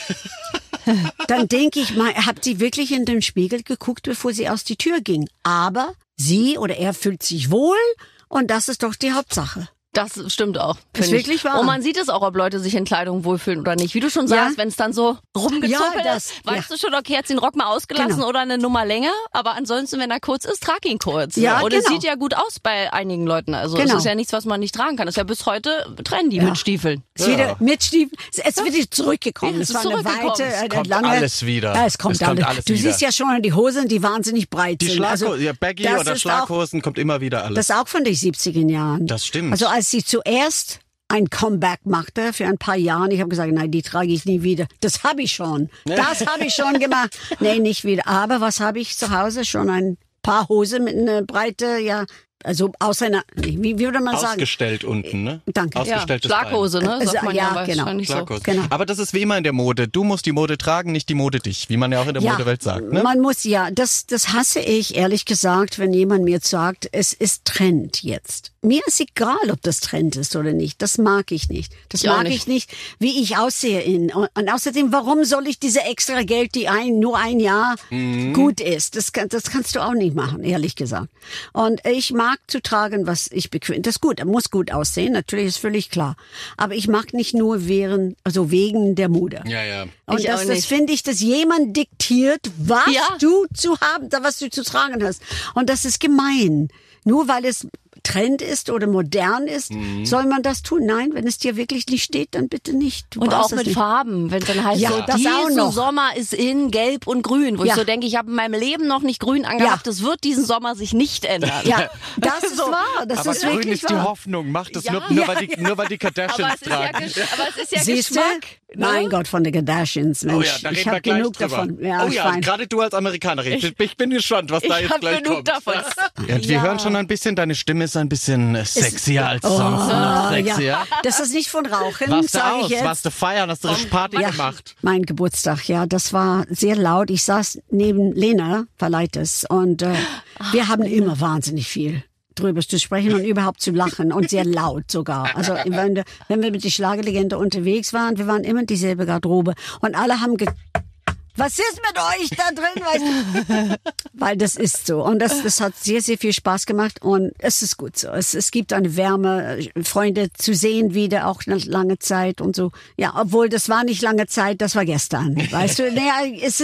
dann denke ich mal, habt sie wirklich in den Spiegel geguckt, bevor sie aus die Tür ging. Aber sie oder er fühlt sich wohl und das ist doch die Hauptsache. Das stimmt auch. Ist find wirklich ich. wahr. Und man sieht es auch, ob Leute sich in Kleidung wohlfühlen oder nicht. Wie du schon sagst, Ja. wenn es dann so rumgezuppelt Ja, das- ist, weißt ja. du schon, okay, hat sie den Rock mal ausgelassen Genau. oder eine Nummer länger. Aber ansonsten, wenn er kurz ist, trag ihn kurz. Ja, Und es genau. sieht ja gut aus bei einigen Leuten. Also Genau. es ist ja nichts, was man nicht tragen kann. Das ist ja bis heute trendy mit Stiefeln. Es ist wieder mit Stiefeln. Es ist wieder zurückgekommen. Ja, es es war ist eine zurückgekommen. weite, Es eine kommt lange. alles wieder. Ja, es kommt, Es kommt alles. alles Du wieder. siehst ja schon die Hosen, die wahnsinnig breit Die sind. Schlaghosen, Also, ja, Baggy das oder ist Schlaghosen, kommt immer wieder alles. Das ist auch von den siebziger Jahren. Das stimmt. Also als sie zuerst ein Comeback machte für ein paar Jahre, ich habe gesagt, nein, die trage ich nie wieder. Das habe ich schon. Das habe ich schon gemacht. Nee, nicht wieder. Aber was habe ich zu Hause? Schon ein paar Hosen mit einer Breite, ja, also außer einer, wie, wie würde man sagen? Ausgestellt unten, ne? Danke. Ja, Ausgestelltes Schlaghose, ne? Also, Sagt man ja, ja, genau. wahrscheinlich so. Schlaghose. Genau. Aber das ist wie immer in der Mode. Du musst die Mode tragen, nicht die Mode dich, wie man ja auch in der Modewelt sagt, ne? Man muss, ja, das, das hasse ich, ehrlich gesagt, wenn jemand mir sagt, es ist Trend jetzt. Mir ist egal, ob das Trend ist oder nicht. Das mag ich nicht. Das Ich auch mag nicht. ich nicht, wie ich aussehe. In, und, und außerdem, warum soll ich diese extra Geld, die ein, nur ein Jahr Mhm. gut ist? Das, kann, das kannst du auch nicht machen, ehrlich gesagt. Und ich mag zu tragen, was ich bequem. Das ist gut, er muss gut aussehen, natürlich ist völlig klar. Aber ich mag nicht nur während, also wegen der Mode. Ja, ja. Und Ich das, auch das nicht. finde ich, dass jemand diktiert, was Ja. du zu haben, was du zu tragen hast. Und das ist gemein. Nur weil es Trend ist oder modern ist, Mhm. soll man das tun? Nein, wenn es dir wirklich nicht steht, dann bitte nicht. Du Und brauchst auch es mit nicht. Farben, wenn es dann heißt, Ja, so, das auch diesen noch. Sommer ist in Gelb und Grün, wo ich Ja. so denke, ich habe in meinem Leben noch nicht Grün angehabt, Ja. das wird diesen Sommer sich nicht ändern. Ja, das ist So. wahr. Das Aber ist grün wirklich ist die wahr. Hoffnung. Macht das Ja. nur, nur, Ja, weil die, nur weil die Aber Kardashians es ist ja, tragen. Gesch- aber es ist ja Siehste? Geschmack. Ne? Mein Gott, von den Kardashians, Mensch. Oh ja, da reden ich wir habe gleich genug drüber. davon. Ja, oh ich ja, mein, gerade du als Amerikanerin. Ich, ich bin gespannt, was da Ich jetzt habe gleich genug kommt. davon. Ja, und wir Ja. hören schon ein bisschen, deine Stimme ist ein bisschen äh, sexier als sonst. Oh, noch ja. sexier. Das ist nicht von Rauchen, Warst du sage ich aus? jetzt. Warst du feiern? Hast du eine Party Ja, gemacht? mein Geburtstag, ja, das war sehr laut. Ich saß neben Lena Verleites und äh, wir haben immer wahnsinnig viel drüber zu sprechen und überhaupt zu lachen und sehr laut sogar. Also wenn, wir- wenn wir mit der Schlagerlegende unterwegs waren, wir waren immer dieselbe Garderobe und alle haben ge was ist mit euch da drin? Weißt du? Weil das ist so. Und das, das hat sehr, sehr viel Spaß gemacht. Und es ist gut so. Es, es gibt eine Wärme, Freunde zu sehen wieder, auch eine lange Zeit und so. Ja, obwohl das war nicht lange Zeit, das war gestern. Weißt du? Naja, es ist so.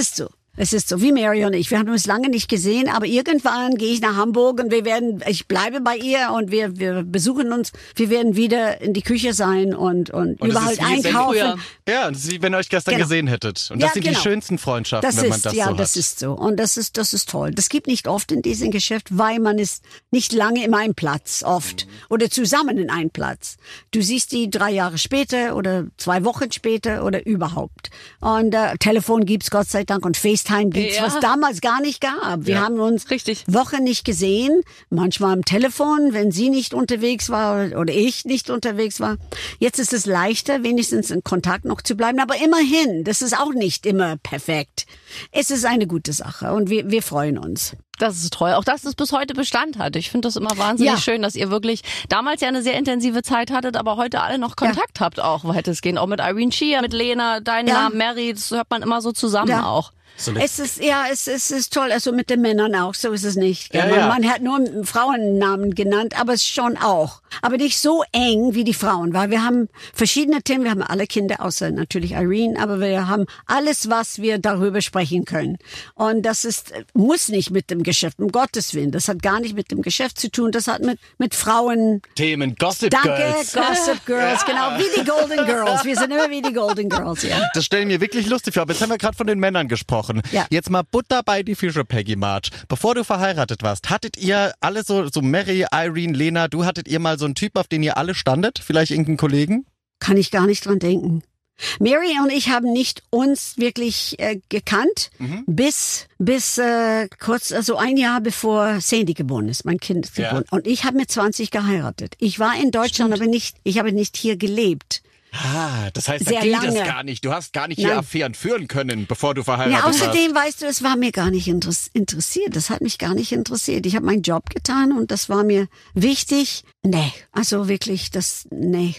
Es ist so wie Mary und ich. Wir haben uns lange nicht gesehen, aber irgendwann gehe ich nach Hamburg und wir werden, ich bleibe bei ihr und wir, wir besuchen uns. Wir werden wieder in die Küche sein und, und, Und es überall ist wie einkaufen. früher. Ja, das ist wie wenn ihr euch gestern Genau. gesehen hättet. Und Ja, das sind genau. die schönsten Freundschaften, Das wenn man ist, das ja, so hat. das ist so. Und das ist, das ist toll. Das gibt nicht oft in diesem Geschäft, weil man ist nicht lange in einem Platz, oft. Mhm. Oder zusammen in einem Platz. Du siehst die drei Jahre später oder zwei Wochen später oder überhaupt. Und äh, Telefon gibt's Gott sei Dank und FaceTime gibt's, Ja. was damals gar nicht gab. Wir Ja. haben uns Richtig. Wochen nicht gesehen, manchmal am Telefon, wenn sie nicht unterwegs war oder ich nicht unterwegs war. Jetzt ist es leichter, wenigstens in Kontakt noch zu bleiben, aber immerhin, das ist auch nicht immer perfekt. Es ist eine gute Sache und wir, wir freuen uns. Das ist toll. Auch dass es bis heute Bestand hat. Ich finde das immer wahnsinnig Ja. schön, dass ihr wirklich damals ja eine sehr intensive Zeit hattet, aber heute alle noch Kontakt habt auch weitestgehend. Auch mit Irene Shea, mit Lena, dein Ja. Name, Mary, das hört man immer so zusammen Ja. auch. So eine- Es ist, ja, es, es ist toll. Also mit den Männern auch, so ist es nicht. Ja, man, ja. man hat nur einen Frauennamen genannt, aber es schon auch. Aber nicht so eng wie die Frauen, weil wir haben verschiedene Themen. Wir haben alle Kinder, außer natürlich Irene, aber wir haben alles, was wir darüber sprechen können. Und das ist, muss nicht mit dem Geschäft, um Gottes Willen. Das hat gar nicht mit dem Geschäft zu tun. Das hat mit, mit Frauen. Themen, Gossip Danke, Girls. Gossip Girls, genau, wie die Golden Girls. Wir sind immer wie die Golden Girls, ja. Das stellen mir wirklich lustig vor. Aber jetzt haben wir gerade von den Männern gesprochen. Ja. Jetzt mal Butter bei die Fische, Peggy March. Bevor du verheiratet warst, hattet ihr alle so, so Mary, Irene, Lena, du hattet ihr mal so einen Typ, auf den ihr alle standet? Vielleicht irgendeinen Kollegen? Kann ich gar nicht dran denken. Mary und ich haben nicht uns wirklich äh, gekannt, Mhm. bis bis äh, kurz, also ein Jahr bevor Sandy geboren ist, mein Kind ist Ja. geboren. Und ich habe mit zwanzig geheiratet. Ich war in Deutschland, aber nicht, ich habe nicht hier gelebt. Ah, das heißt, Sehr da ging lange. das gar nicht. Du hast gar nicht hier Nein. Affären führen können, bevor du verheiratet Ja, warst. außerdem, weißt du, es war mir gar nicht interess- interessiert. Das hat mich gar nicht interessiert. Ich habe meinen Job getan und das war mir wichtig. Nee, also wirklich, das, nee.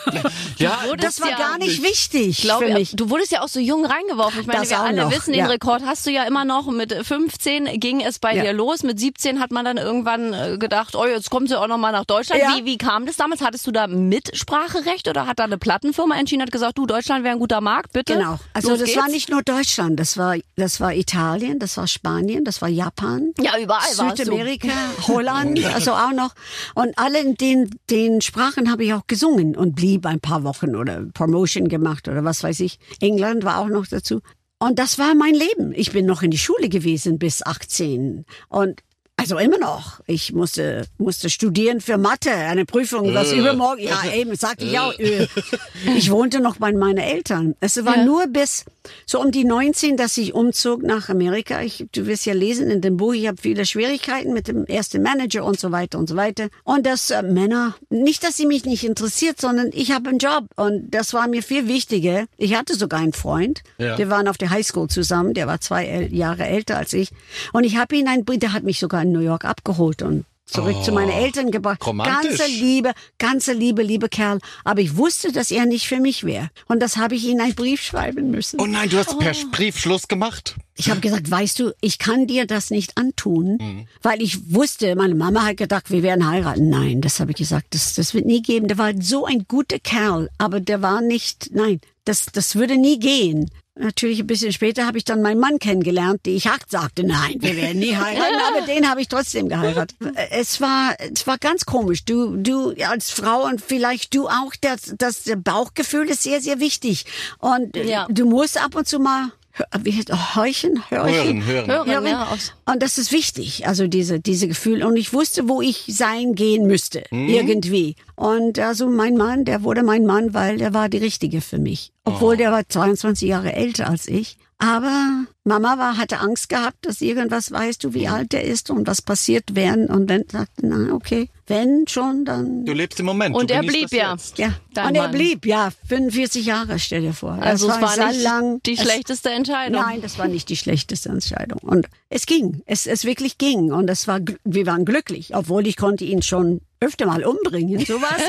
Ja, Das war ja gar nicht wichtig Ich glaube, für mich. du wurdest ja auch so jung reingeworfen. Ich meine, Das wir auch alle noch, wissen, ja. den Rekord hast du ja immer noch. Mit fünfzehn ging es bei Ja. dir los. Mit siebzehn hat man dann irgendwann äh, gedacht, oh, jetzt kommt sie auch noch mal nach Deutschland. Ja. Wie, wie kam das damals? Hattest du da Mitspracherecht oder hat da eine Plattenfirma entschieden, hat gesagt, du, Deutschland wäre ein guter Markt, bitte? Genau. Also Los das geht's? war nicht nur Deutschland, das war das war Italien, das war Spanien, das war Japan. Ja, überall warst du. Südamerika, Holland, also auch noch. Und alle in den, den Sprachen habe ich auch gesungen und blieb ein paar Wochen oder Promotion gemacht oder was weiß ich. England war auch noch dazu. Und das war mein Leben. Ich bin noch in die Schule gewesen bis achtzehn. Und also immer noch. Ich musste, musste studieren für Mathe, eine Prüfung, was übermorgen, ja eben, sagte ich auch. äh. Ich wohnte noch bei meinen Eltern. Es war Ja. nur bis so um die neunzehn, dass ich umzog nach Amerika. Ich, du wirst ja lesen in dem Buch, ich habe viele Schwierigkeiten mit dem ersten Manager und so weiter und so weiter. Und dass äh, Männer, nicht, dass sie mich nicht interessiert, sondern ich habe einen Job. Und das war mir viel wichtiger. Ich hatte sogar einen Freund. Ja. Wir waren auf der Highschool zusammen. Der war zwei El- Jahre älter als ich. Und ich habe ihn ein, der hat mich sogar in New York abgeholt und zurück Oh, zu meinen Eltern gebracht. romantisch. Ganze Liebe, ganze Liebe, liebe Kerl. Aber ich wusste, dass er nicht für mich wäre. Und das habe ich ihm einen Brief schreiben müssen. Oh nein, du hast per Brief Schluss gemacht. Ich habe gesagt, weißt du, ich kann dir das nicht antun, Mhm. weil ich wusste, meine Mama hat gedacht, wir werden heiraten. Nein, das habe ich gesagt, das, das wird nie geben. Der war so ein guter Kerl, aber der war nicht, nein, das, das würde nie gehen. Natürlich ein bisschen später habe ich dann meinen Mann kennengelernt, die ich acht sagte, nein, wir werden nie heiraten, aber den habe ich trotzdem geheiratet. Es war, es war ganz komisch. Du, du als Frau und vielleicht du auch, das, das Bauchgefühl ist sehr, sehr wichtig. Und Ja. du musst ab und zu mal wie heißt, horchen, Hören, horchen, hören. Hören, hören. ja, aus- Und das ist wichtig, also diese, diese Gefühl. Und ich wusste, wo ich sein gehen müsste, irgendwie. Und also mein Mann, der wurde mein Mann, weil der war die Richtige für mich. Obwohl der war zweiundzwanzig Jahre älter als ich. Aber Mama war, hatte Angst gehabt, dass irgendwas, weißt du, wie alt er ist und was passiert wenn. Und dann sagte, na, okay, wenn schon, dann... Du lebst im Moment. Und du er genießt blieb das ja. jetzt. Ja, Dein und er Mann. blieb, ja, fünfundvierzig Jahre, stell dir vor. Also Das es war sehr nicht lang. die Es- schlechteste Entscheidung. Nein, das war nicht die schlechteste Entscheidung. Und es ging, es, es wirklich ging. Und es war, gl- wir waren glücklich, obwohl ich konnte ihn schon öfter mal umbringen. So war es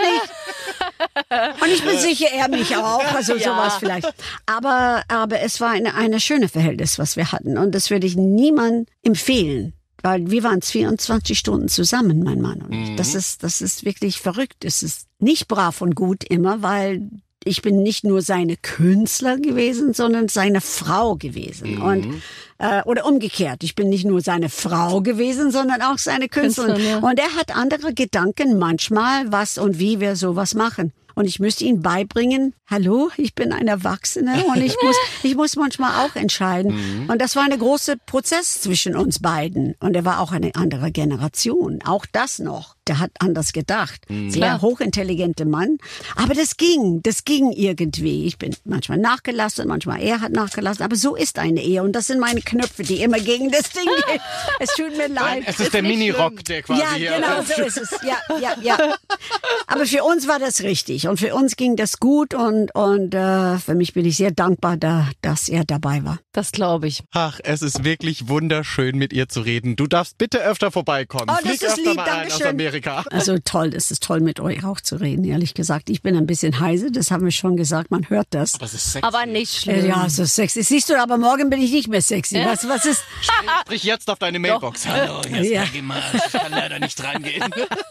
nicht. Und ich bin sicher, er mich auch. Also Ja. sowas vielleicht. Aber, aber es war eine, eine schöne Verhältnis, was wir hatten. Und das würde ich niemandem empfehlen. Weil wir waren vierundzwanzig Stunden zusammen, mein Mann und ich. Das ist, das ist wirklich verrückt. Es ist nicht brav und gut immer, weil ich bin nicht nur seine Künstler gewesen, sondern seine Frau gewesen. Mhm. Und äh, oder umgekehrt, ich bin nicht nur seine Frau gewesen, sondern auch seine Künstlerin. Künstler, ja. Und er hat andere Gedanken manchmal, was und wie wir sowas machen. Und ich müsste ihm beibringen, hallo, ich bin ein Erwachsener und ich muss, ich muss manchmal auch entscheiden. Mhm. Und das war ein großer Prozess zwischen uns beiden. Und er war auch eine andere Generation. Auch das noch. Der hat anders gedacht. Mhm. Sehr Ja. hochintelligenter Mann. Aber das ging, das ging irgendwie. Ich bin manchmal nachgelassen, manchmal er hat nachgelassen. Aber so ist eine Ehe. Und das sind meine Knöpfe, die immer gegen das Ding gehen. Es tut mir leid. Es ist der Mini-Rock, der quasi Ja, hier... genau, so ist es. Ja, ja, ja. Aber für uns war das richtig und für uns ging das gut und und äh, für mich bin ich sehr dankbar, da, dass er dabei war. Das glaube ich. Ach, es ist wirklich wunderschön, mit ihr zu reden. Du darfst bitte öfter vorbeikommen. Oh, das Flieg ist öfter lieb, mal ein aus Dankeschön. Amerika. Also toll, das ist toll, mit euch auch zu reden, ehrlich gesagt. Ich bin ein bisschen heiser, das haben wir schon gesagt, man hört das. Das ist sexy. Aber nicht schlimm. Äh, Ja, so sexy. Siehst du, aber morgen bin ich nicht mehr sexy. Was, was ist? Sprich jetzt auf deine Mailbox. Hallo, hier ist Ja. Peggy March. Ich kann leider nicht reingehen.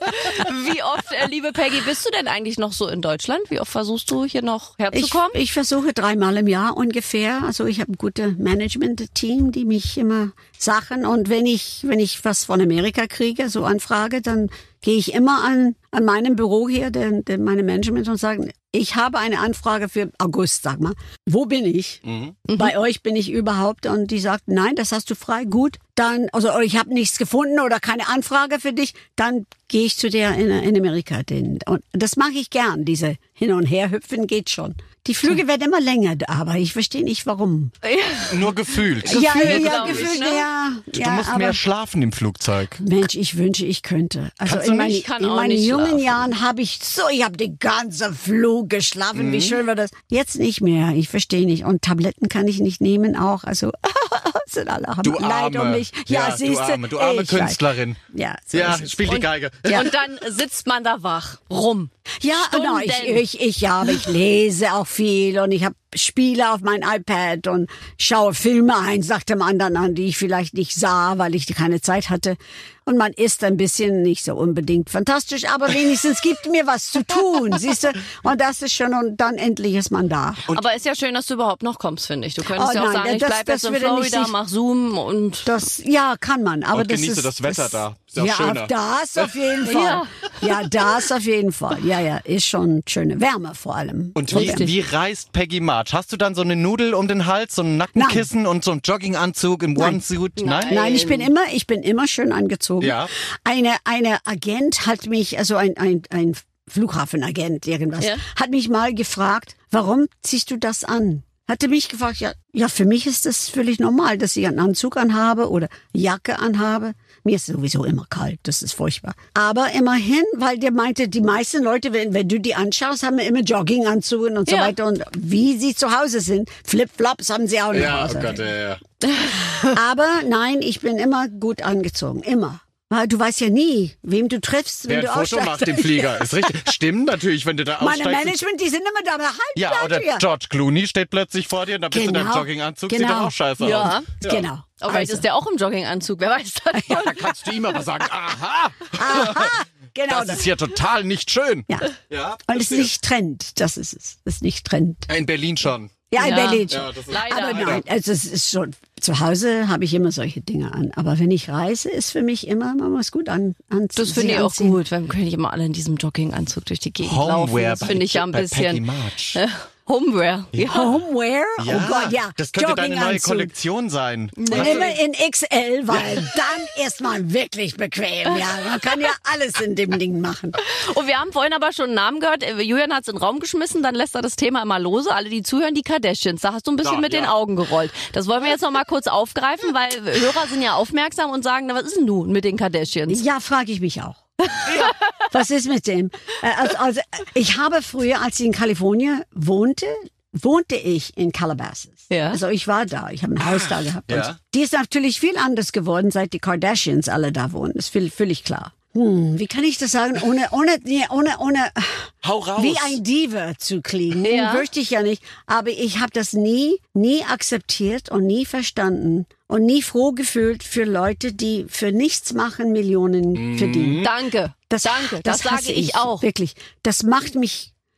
Wie oft, äh, liebe Peggy, bist du denn eigentlich noch so in Deutschland? Wie oft versuchst du hier noch Ich, herzukommen? ich versuche dreimal im Jahr ungefähr. Also ich habe ein gutes Management-Team, die mich immer Sachen und wenn ich wenn ich was von Amerika kriege, so Anfrage, dann gehe ich immer an an meinem Büro hier, den, den meine Management und sagen, ich habe eine Anfrage für August, sag mal. Wo bin ich? Mhm. Bei euch bin ich überhaupt? Und die sagt, nein, das hast du frei, gut. Dann, also ich habe nichts gefunden oder keine Anfrage für dich, dann gehe ich zu der in, in Amerika. Den, und das mache ich gern, diese Hin- und Herhüpfen geht schon. Die Flüge werden immer länger, aber ich verstehe nicht, warum. Nur gefühlt. ja, Gefühlt, ja, glaub ich, gefühlt, ne? ja. Du ja, musst aber, mehr schlafen im Flugzeug. Mensch, ich wünsche, ich könnte. Also Kannst du in, meine, nicht? Ich kann in auch meinen nicht jungen schlafen. Jahren habe ich so, ich habe den ganzen Flug geschlafen. Mhm. Wie schön war das? Jetzt nicht mehr. Ich verstehe nicht. Und Tabletten kann ich nicht nehmen auch. Also sind alle haben Du Leid arme. um mich. Ja, ja siehst du arme, du arme ich weiß. Künstlerin. Ja, so Ja, ist es. spiel die Geige. Und dann sitzt man da wach rum. Ja, genau. Ich, Stunden. ich, ich, ja, aber ich lese auch viel und ich habe Spiele auf mein iPad und schaue Filme ein, sagt dem anderen an, die ich vielleicht nicht sah, weil ich keine Zeit hatte. Und man ist ein bisschen nicht so unbedingt fantastisch, aber wenigstens gibt mir was zu tun, siehst du? Und das ist schon, und dann endlich ist man da. Aber ist ja schön, dass du überhaupt noch kommst, finde ich. Du könntest Oh ja auch nein, sagen, ich das- bleib das jetzt in würde nicht Florida, sich- mach Zoom und... Das, ja, kann man, aber Und das genieße ist das Wetter da. Ist ja auch ja, schöner. das auf jeden Fall. Ja. Ja, das auf jeden Fall. Ja, ja, ist schon schöne Wärme vor allem. Und wie, wie reist Peggy March? Hast du dann so eine Nudel um den Hals, so ein Nackenkissen und so einen Jogginganzug im Nein. Onesuit? Nein? Nein, ich bin immer, ich bin immer schön angezogen. Ja. Eine, eine Agent hat mich, also ein, ein, ein Flughafenagent, irgendwas, Ja. hat mich mal gefragt, warum ziehst du das an? Hatte mich gefragt, ja, ja, für mich ist das völlig normal, dass ich einen Anzug anhabe oder Jacke anhabe. Mir ist sowieso immer kalt, das ist furchtbar. Aber immerhin, weil der meinte, die meisten Leute, wenn, wenn du die anschaust, haben immer Jogginganzüge und so Ja. weiter. Und wie sie zu Hause sind, Flipflops haben sie auch Ja, zu oh Hause. Gott, ja, ja. Aber nein, ich bin immer gut angezogen, immer. Weil du weißt ja nie, wem du triffst, wenn Wer ein du Foto aussteigst. macht im Flieger. Ist richtig. Stimmt natürlich, wenn du da Meine aussteigst. Management, die sind immer da, aber halt Ja, bleib oder hier. George Clooney steht plötzlich vor dir und da bist du in deinem Genau. Jogginganzug. Sieht Genau. doch auch scheiße Ja. aus. Genau. Aber vielleicht ist der auch im Jogginganzug, wer weiß das schon. Da kannst du ihm aber sagen, aha, Aha, genau. das ist hier total nicht schön. ja. Ja, Und es ist verstehe. nicht Trend, das ist es. Es ist nicht Trend. In Berlin schon. Ja, in Ja. Berlin Ja, schon. das ist Leider. Aber nein, also es ist schon, zu Hause habe ich immer solche Dinge an. Aber wenn ich reise, ist für mich immer, man muss gut an, anziehen. Das finde ich auch gut, weil wir können nicht immer alle in diesem Jogginganzug durch die Gegend laufen. Homeware Das bei, finde ich ja ein bei Peggy bisschen... March. Äh, Homeware. Ja. Homeware? Ja, Oh Gott, ja. das könnte deine neue Jogginganzug. Kollektion sein. Und immer in X L, weil dann ist man wirklich bequem. Ja, man kann ja alles in dem Ding machen. Und wir haben vorhin aber schon einen Namen gehört. Äh, Julian hat es in den Raum geschmissen, dann lässt er das Thema immer lose. Alle, die zuhören, die Kardashians. Da hast du ein bisschen Ja, mit ja. den Augen gerollt. Das wollen wir jetzt noch mal kurz aufgreifen, weil Hörer sind ja aufmerksam und sagen, na, was ist denn nun mit den Kardashians? Ja, frage ich mich auch. Was ist mit dem? Äh, Also, also ich habe früher, als ich in Kalifornien wohnte, wohnte ich in Calabasas. Ja. Also ich war da, ich habe ein Haus da gehabt. ja. Und die ist natürlich viel anders geworden, seit die Kardashians alle da wohnen. Das ist viel- völlig klar. Hm, wie kann ich das sagen, ohne, ohne, nee, ohne, ohne, Hau raus. wie ein Diva zu klingen? Ja. Möchte ich ja nicht. Aber ich habe das nie, nie akzeptiert und nie verstanden und nie froh gefühlt für Leute, die für nichts machen Millionen verdienen. Danke. Das, Danke. Das, hasse sage ich auch. Wirklich. Das macht mich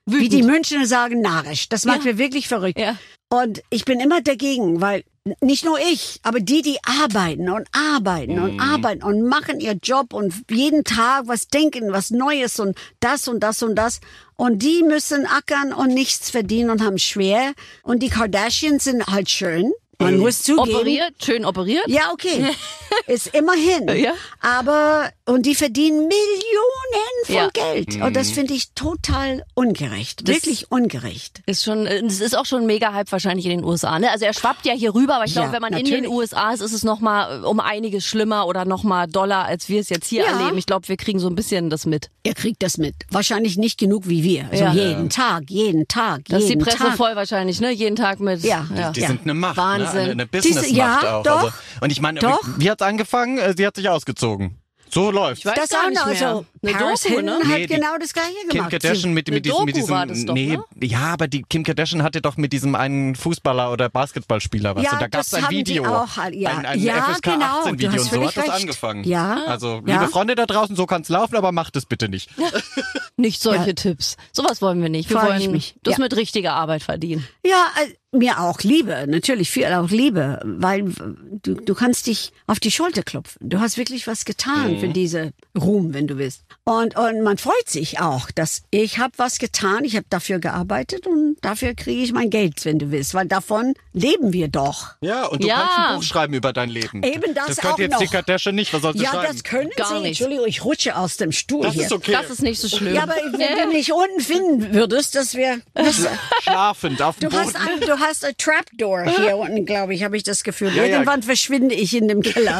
Wie die Münchner sagen, narrisch. Das macht Ja. mir wirklich verrückt. Ja. Und ich bin immer dagegen, weil nicht nur ich, aber die, die arbeiten und arbeiten und arbeiten und machen ihr Job und jeden Tag was denken, was Neues und das und das und das. Und die müssen ackern und nichts verdienen und haben schwer. Und die Kardashians sind halt schön. Man muss zugeben. Operiert, schön operiert. Ja, okay. Ist immerhin. Ja. Aber, und die verdienen Millionen von Ja. Geld. Und das finde ich total ungerecht. Das- Wirklich ungerecht. Ist schon, es ist auch schon ein Mega-Hype wahrscheinlich in den U S A, ne? Also er schwappt ja hier rüber, aber ich Ja, glaube, wenn man in natürlich. den U S A ist, ist es noch mal um einiges schlimmer oder noch mal doller, als wir es jetzt hier Ja. erleben. Ich glaube, wir kriegen so ein bisschen das mit. Er kriegt das mit. Wahrscheinlich nicht genug wie wir. Also Ja. jeden Tag, jeden Tag, Da ist die jeden Presse Tag. voll wahrscheinlich, ne? Jeden Tag mit. Ja. Die Ja. sind eine Macht, Wahnsinn. ne? Eine, eine Diese- Businessmacht ja, auch. doch. Also, und ich meine, Doch. wie hat's angefangen? Äh, Sie hat sich ausgezogen. So läuft's. Ich weiß Das gar auch nicht noch. mehr. Also Eine Paris Doku, Hilton ne? hat Nee, die genau das gleiche Kim gemacht. Kardashian mit, Eine mit diesem, mit Doku diesem, war das doch, nee, ne? ja, aber die Kim Kardashian hatte doch mit diesem einen Fußballer oder Basketballspieler was. Ja, und da gab's das ein haben die Video, auch halt, ja. ein, ein Ja, F S K genau, achtzehn Video du hast und so hat völlig das recht. angefangen. Ja. Also, Ja. liebe Freunde da draußen, so kann's laufen, aber macht es bitte nicht. Nicht solche Ja. Tipps. Sowas wollen wir nicht. Wir Frag wollen ich mich. das Ja. mit richtiger Arbeit verdienen. Ja, äh, mir auch Liebe, natürlich viel auch Liebe, weil du, du kannst dich auf die Schulter klopfen. Du hast wirklich was getan für diese Ruhm, wenn du willst. Und und man freut sich auch, dass ich habe was getan, ich habe dafür gearbeitet und dafür kriege ich mein Geld, wenn du willst, weil davon leben wir doch. Ja, und du Ja. kannst ein Buch schreiben über dein Leben. Eben das Das könnte auch jetzt noch. die Kardashian nicht. Was soll sie Ja, schreiben? das können Gar Sie. nicht. Entschuldigung, ich rutsche aus dem Stuhl Das hier. ist okay. Das ist nicht so schlimm. Ja, aber wenn du mich unten finden würdest, das wäre... Schlafend auf dem Du hast, Boden. ein, du hast ein Trapdoor hier unten, glaube ich, habe ich das Gefühl. Ja, ja. Irgendwann verschwinde ich in dem Keller.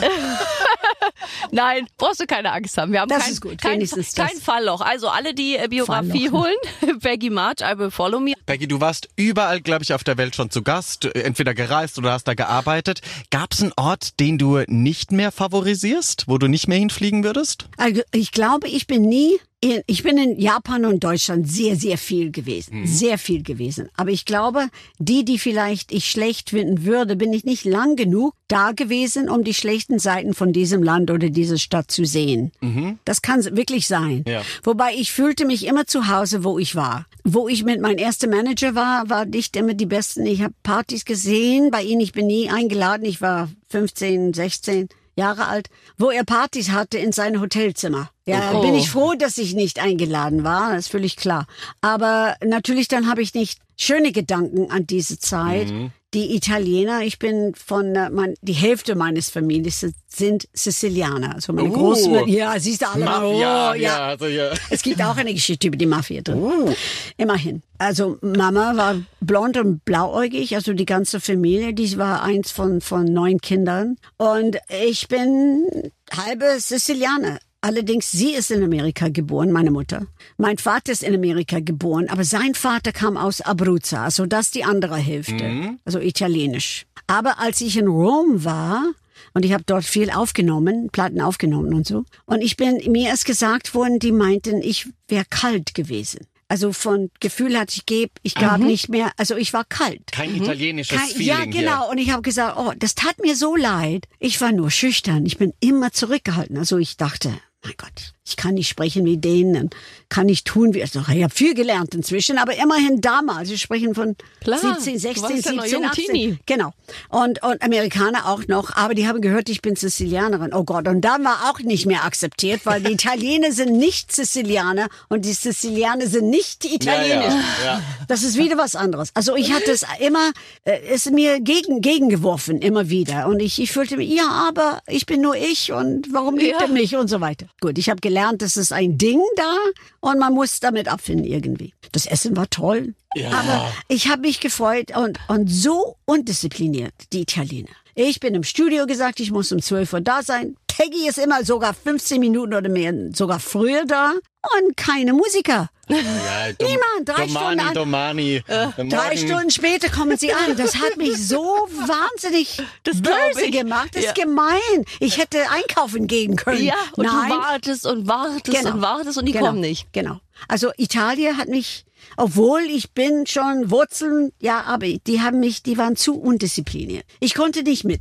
Nein, brauchst du keine Angst haben. Wir haben Das kein, ist gut, kein, wenigstens das. kein Fallloch. Also alle, die äh, Biografie Fallloch. holen, Peggy March, I Will Follow Me. Peggy, du warst überall, glaube ich, auf der Welt schon zu Gast, entweder gereist oder hast da gearbeitet. Gab's einen Ort, den du nicht mehr favorisierst, wo du nicht mehr hinfliegen würdest? Also ich glaube, ich bin nie, in, ich bin in Japan und Deutschland sehr, sehr viel gewesen. Sehr viel gewesen. Aber ich glaube, die, die vielleicht ich schlecht finden würde, bin ich nicht lang genug da gewesen, um die schlechten Seiten von diesem Land oder dieser Stadt zu sehen. Das kann wirklich sein. Ja. Wobei ich fühlte mich immer zu Hause, wo ich war. Wo ich mit meinem ersten Manager war, war nicht immer die besten. Ich habe Partys gesehen bei ihnen. Ich bin nie eingeladen. Ich war fünfzehn, sechzehn Jahre alt, wo er Partys hatte in seinem Hotelzimmer. Ja, Oh. bin ich froh, dass ich nicht eingeladen war. Das ist völlig klar. Aber natürlich dann habe ich nicht schöne Gedanken an diese Zeit. Die Italiener, ich bin von, äh, mein, die Hälfte meines Families sind Sizilianer. Also meine Uh. Großmutter, ja, siehst du alle mal, Mafia, oh, ja, also ja. Es gibt auch eine Geschichte über die Mafia drin. Immerhin. Also Mama war blond und blauäugig, also die ganze Familie, die war eins von, von neun Kindern. Und ich bin halbe Sizilianer. Allerdings, sie ist in Amerika geboren, meine Mutter. Mein Vater ist in Amerika geboren, aber sein Vater kam aus Abruzzo, also das die andere Hälfte, also italienisch. Aber als ich in Rom war, und ich habe dort viel aufgenommen, Platten aufgenommen und so, und ich bin, mir ist gesagt worden, die meinten, ich wäre kalt gewesen. Also von Gefühl hatte ich, geb, ich gab nicht mehr, also ich war kalt. Kein italienisches Kein, Feeling ja, genau. Und ich habe gesagt, oh, das tat mir so leid. Ich war nur schüchtern. Ich bin immer zurückgehalten. Also ich dachte, mein Gott, ich kann nicht sprechen wie denen, kann nicht tun wie, also ich habe viel gelernt inzwischen, aber immerhin damals, wir sprechen von Klar, siebzehn, du sechzehn, warst ja noch siebzehn, jung achtzehn. Teenie. Genau. Und, und Amerikaner auch noch, aber die haben gehört, ich bin Sizilianerin. Oh Gott, und dann war auch nicht mehr akzeptiert, weil die Italiener sind nicht Sizilianer und die Sizilianer sind nicht italienisch. Ja, ja. Das ist wieder was anderes. Also ich hatte es immer, äh, es mir gegen, gegengeworfen, immer wieder. Und ich, ich fühlte mich, ja, aber ich bin nur ich und warum liebt Ja. er mich und so weiter. Gut, ich habe gelernt, das ist ein Ding da und man muss damit abfinden irgendwie. Das Essen war toll, Ja. aber ich habe mich gefreut und, und so undiszipliniert, die Italiener. Ich bin im Studio gesagt, ich muss um zwölf Uhr da sein. Peggy ist immer sogar fünfzehn Minuten oder mehr, sogar früher da und keine Musiker. Ja, Dom- Niemand, drei Domani, Stunden an- Domani. Äh, Drei Stunden später kommen sie an. Das hat mich so wahnsinnig Das glaub böse ich. gemacht. Das ist Ja. gemein. Ich hätte einkaufen gehen können. Ja, und Nein. du wartest und wartest Genau. und wartest und die genau. kommen nicht. Genau. Also Italien hat mich, obwohl ich bin schon Wurzeln, ja, aber die haben mich, die waren zu undiszipliniert. Ich konnte nicht mit.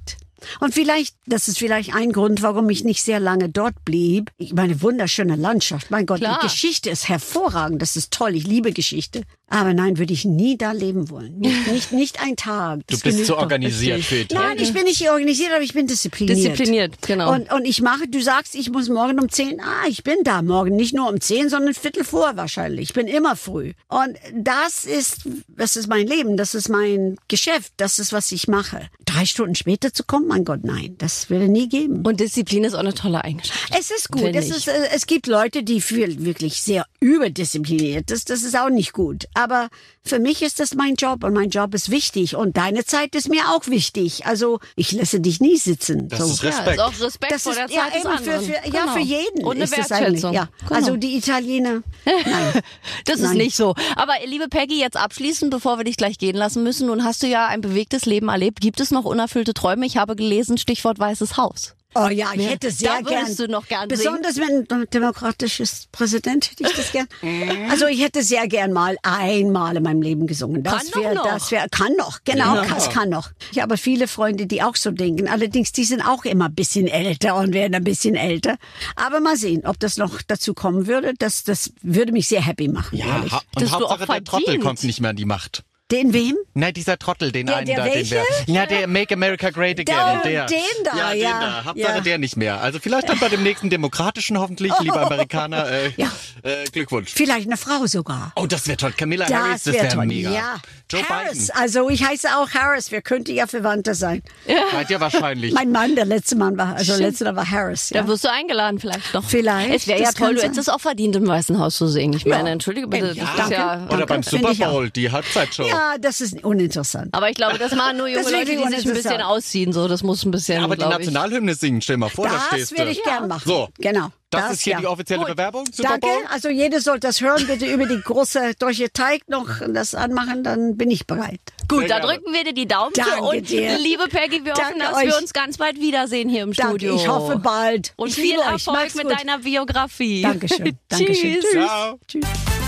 Und vielleicht, das ist vielleicht ein Grund, warum ich nicht sehr lange dort blieb. Ich meine, wunderschöne Landschaft. Mein Gott, Klar. die Geschichte ist hervorragend. Das ist toll. Ich liebe Geschichte. Aber nein, würde ich nie da leben wollen. Nicht, nicht, nicht ein Tag. Du Das bist genügt zu doch. organisiert für Italien. Nein, ich bin nicht organisiert, aber ich bin diszipliniert. Diszipliniert, genau. Und, und ich mache, du sagst, ich muss morgen um zehn, ah, ich bin da morgen. Nicht nur um zehn, sondern Viertel vor wahrscheinlich. Ich bin immer früh. Und das ist, das ist mein Leben, das ist mein Geschäft, das ist, was ich mache. Drei Stunden später zu kommen, mein Gott, nein, das würde nie geben. Und Disziplin ist auch eine tolle Eigenschaft. Es ist gut. Finde Es, ich. ist, äh, es gibt Leute, die fühlen wirklich sehr überdiszipliniert. Das, das ist auch nicht gut. Aber für mich ist das mein Job und mein Job ist wichtig. Und deine Zeit ist mir auch wichtig. Also ich lasse dich nie sitzen. Das so. ist Ja, Respekt. ist auch Respekt Das vor ist der ja Zeit des eben für, anderen. für, ja, Genau. für jeden Und eine ist das eigentlich. Wertschätzung. Ja. Genau. Also die Italiener, nein. Das ist Nein. nicht so. Aber liebe Peggy, jetzt abschließend, bevor wir dich gleich gehen lassen müssen, nun hast du ja ein bewegtes Leben erlebt. Gibt es noch unerfüllte Träume? Ich habe gelesen, Stichwort Weißes Haus. Oh ja, ich hätte sehr Da würdest gern. du noch gern Besonders wenn ein demokratisches Präsident hätte ich das gern. Also ich hätte sehr gern mal einmal in meinem Leben gesungen. Das Kann doch wäre, noch. das wäre, kann noch, genau, Ja. das kann noch. Ich habe viele Freunde, die auch so denken. Allerdings, die sind auch immer ein bisschen älter und werden ein bisschen älter. Aber mal sehen, ob das noch dazu kommen würde. Das, das würde mich sehr happy machen. Ja, ehrlich. ha Das und du auch Hauptsache der Trottel verdient. kommt nicht mehr an die Macht. Den wem? Nein, dieser Trottel, den Der- einen der da, den welche? der. Ja, der Make America Great Again. Der- der. den da, ja. Den ja. da. Hauptsache Ja. der nicht mehr. Also vielleicht dann bei dem nächsten Demokratischen hoffentlich, liebe Amerikaner, äh, Ja. äh, Glückwunsch. Vielleicht eine Frau sogar. Oh, das wäre toll. Camilla Harris, Das das wäre wäre toll. mega. Ja. Joe Harris, Biden. also ich heiße auch Harris. Wir könnten ja Verwandte sein. Seid ihr wahrscheinlich. Mein Mann, der letzte Mann war, also letzter war Harris. Ja. Da wirst du eingeladen vielleicht noch. Vielleicht, Es wäre ja das toll, kann du sein. hättest es auch verdient, im Weißen Haus zu singen. Ich Ja. meine, entschuldige bitte, das Ja. ist Danke. ja... Oder beim Finde Super ich auch. Bowl, die Halbzeitshow. Ja, das ist uninteressant. Aber ich glaube, das machen nur junge Das ist Leute, die wirklich sich ein bisschen uninteressant. ausziehen. So, das muss ein bisschen, Aber die glaube ich. Nationalhymne singen, stell mal vor, da Das stehst würde du. ich gern machen. So. Genau. Das, ist hier ja. die offizielle Bewerbung, Super Danke. Bowl. Also jeder soll das hören, bitte über die große durch Teig noch das anmachen, dann bin ich bereit. Gut, Sehr da gerne. drücken wir dir die Daumen Danke für. Und dir. liebe Peggy, wir hoffen, Danke dass wir euch. uns ganz bald wiedersehen hier im Danke, Studio. ich hoffe bald. Und ich viel liebe euch. Erfolg Macht's mit gut. deiner Biografie. Dankeschön. Dankeschön. Tschüss. Ciao. Tschüss.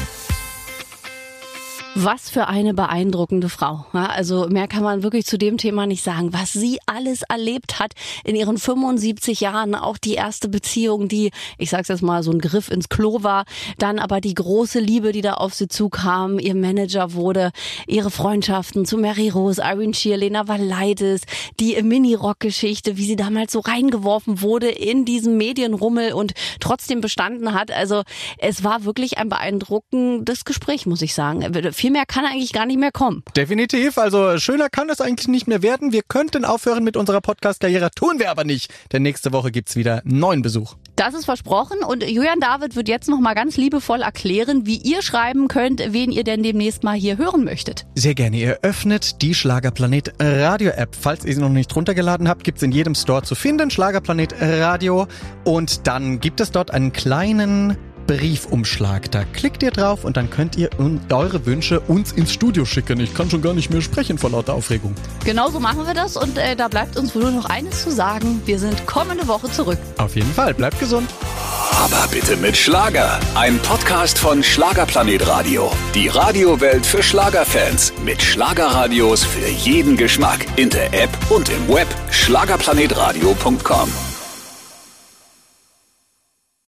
Was für eine beeindruckende Frau. Ja, also mehr kann man wirklich zu dem Thema nicht sagen. Was sie alles erlebt hat in ihren fünfundsiebzig Jahren. Auch die erste Beziehung, die, ich sag's jetzt mal, so ein Griff ins Klo war. Dann aber die große Liebe, die da auf sie zukam. Ihr Manager wurde. Ihre Freundschaften zu Mary Rose, Irene Shear, Lena Valaitis. Die Mini-Rock-Geschichte, wie sie damals so reingeworfen wurde in diesen Medienrummel und trotzdem bestanden hat. Also es war wirklich ein beeindruckendes Gespräch, muss ich sagen. Viel mehr kann eigentlich gar nicht mehr kommen. Definitiv, also schöner kann es eigentlich nicht mehr werden. Wir könnten aufhören mit unserer Podcast-Karriere, tun wir aber nicht. Denn nächste Woche gibt's wieder neuen Besuch. Das ist versprochen und Julian David wird jetzt noch mal ganz liebevoll erklären, wie ihr schreiben könnt, wen ihr denn demnächst mal hier hören möchtet. Sehr gerne. Ihr öffnet die Schlagerplanet Radio App. Falls ihr sie noch nicht runtergeladen habt, gibt's in jedem Store zu finden, Schlagerplanet Radio. Und dann gibt es dort einen kleinen Briefumschlag. Da klickt ihr drauf und dann könnt ihr eure Wünsche uns ins Studio schicken. Ich kann schon gar nicht mehr sprechen vor lauter Aufregung. Genauso machen wir das und äh, da bleibt uns wohl nur noch eines zu sagen. Wir sind kommende Woche zurück. Auf jeden Fall. Bleibt gesund. Aber bitte mit Schlager. Ein Podcast von Schlagerplanet Radio. Die Radiowelt für Schlagerfans. Mit Schlagerradios für jeden Geschmack. In der App und im Web. schlagerplanetradio punkt com.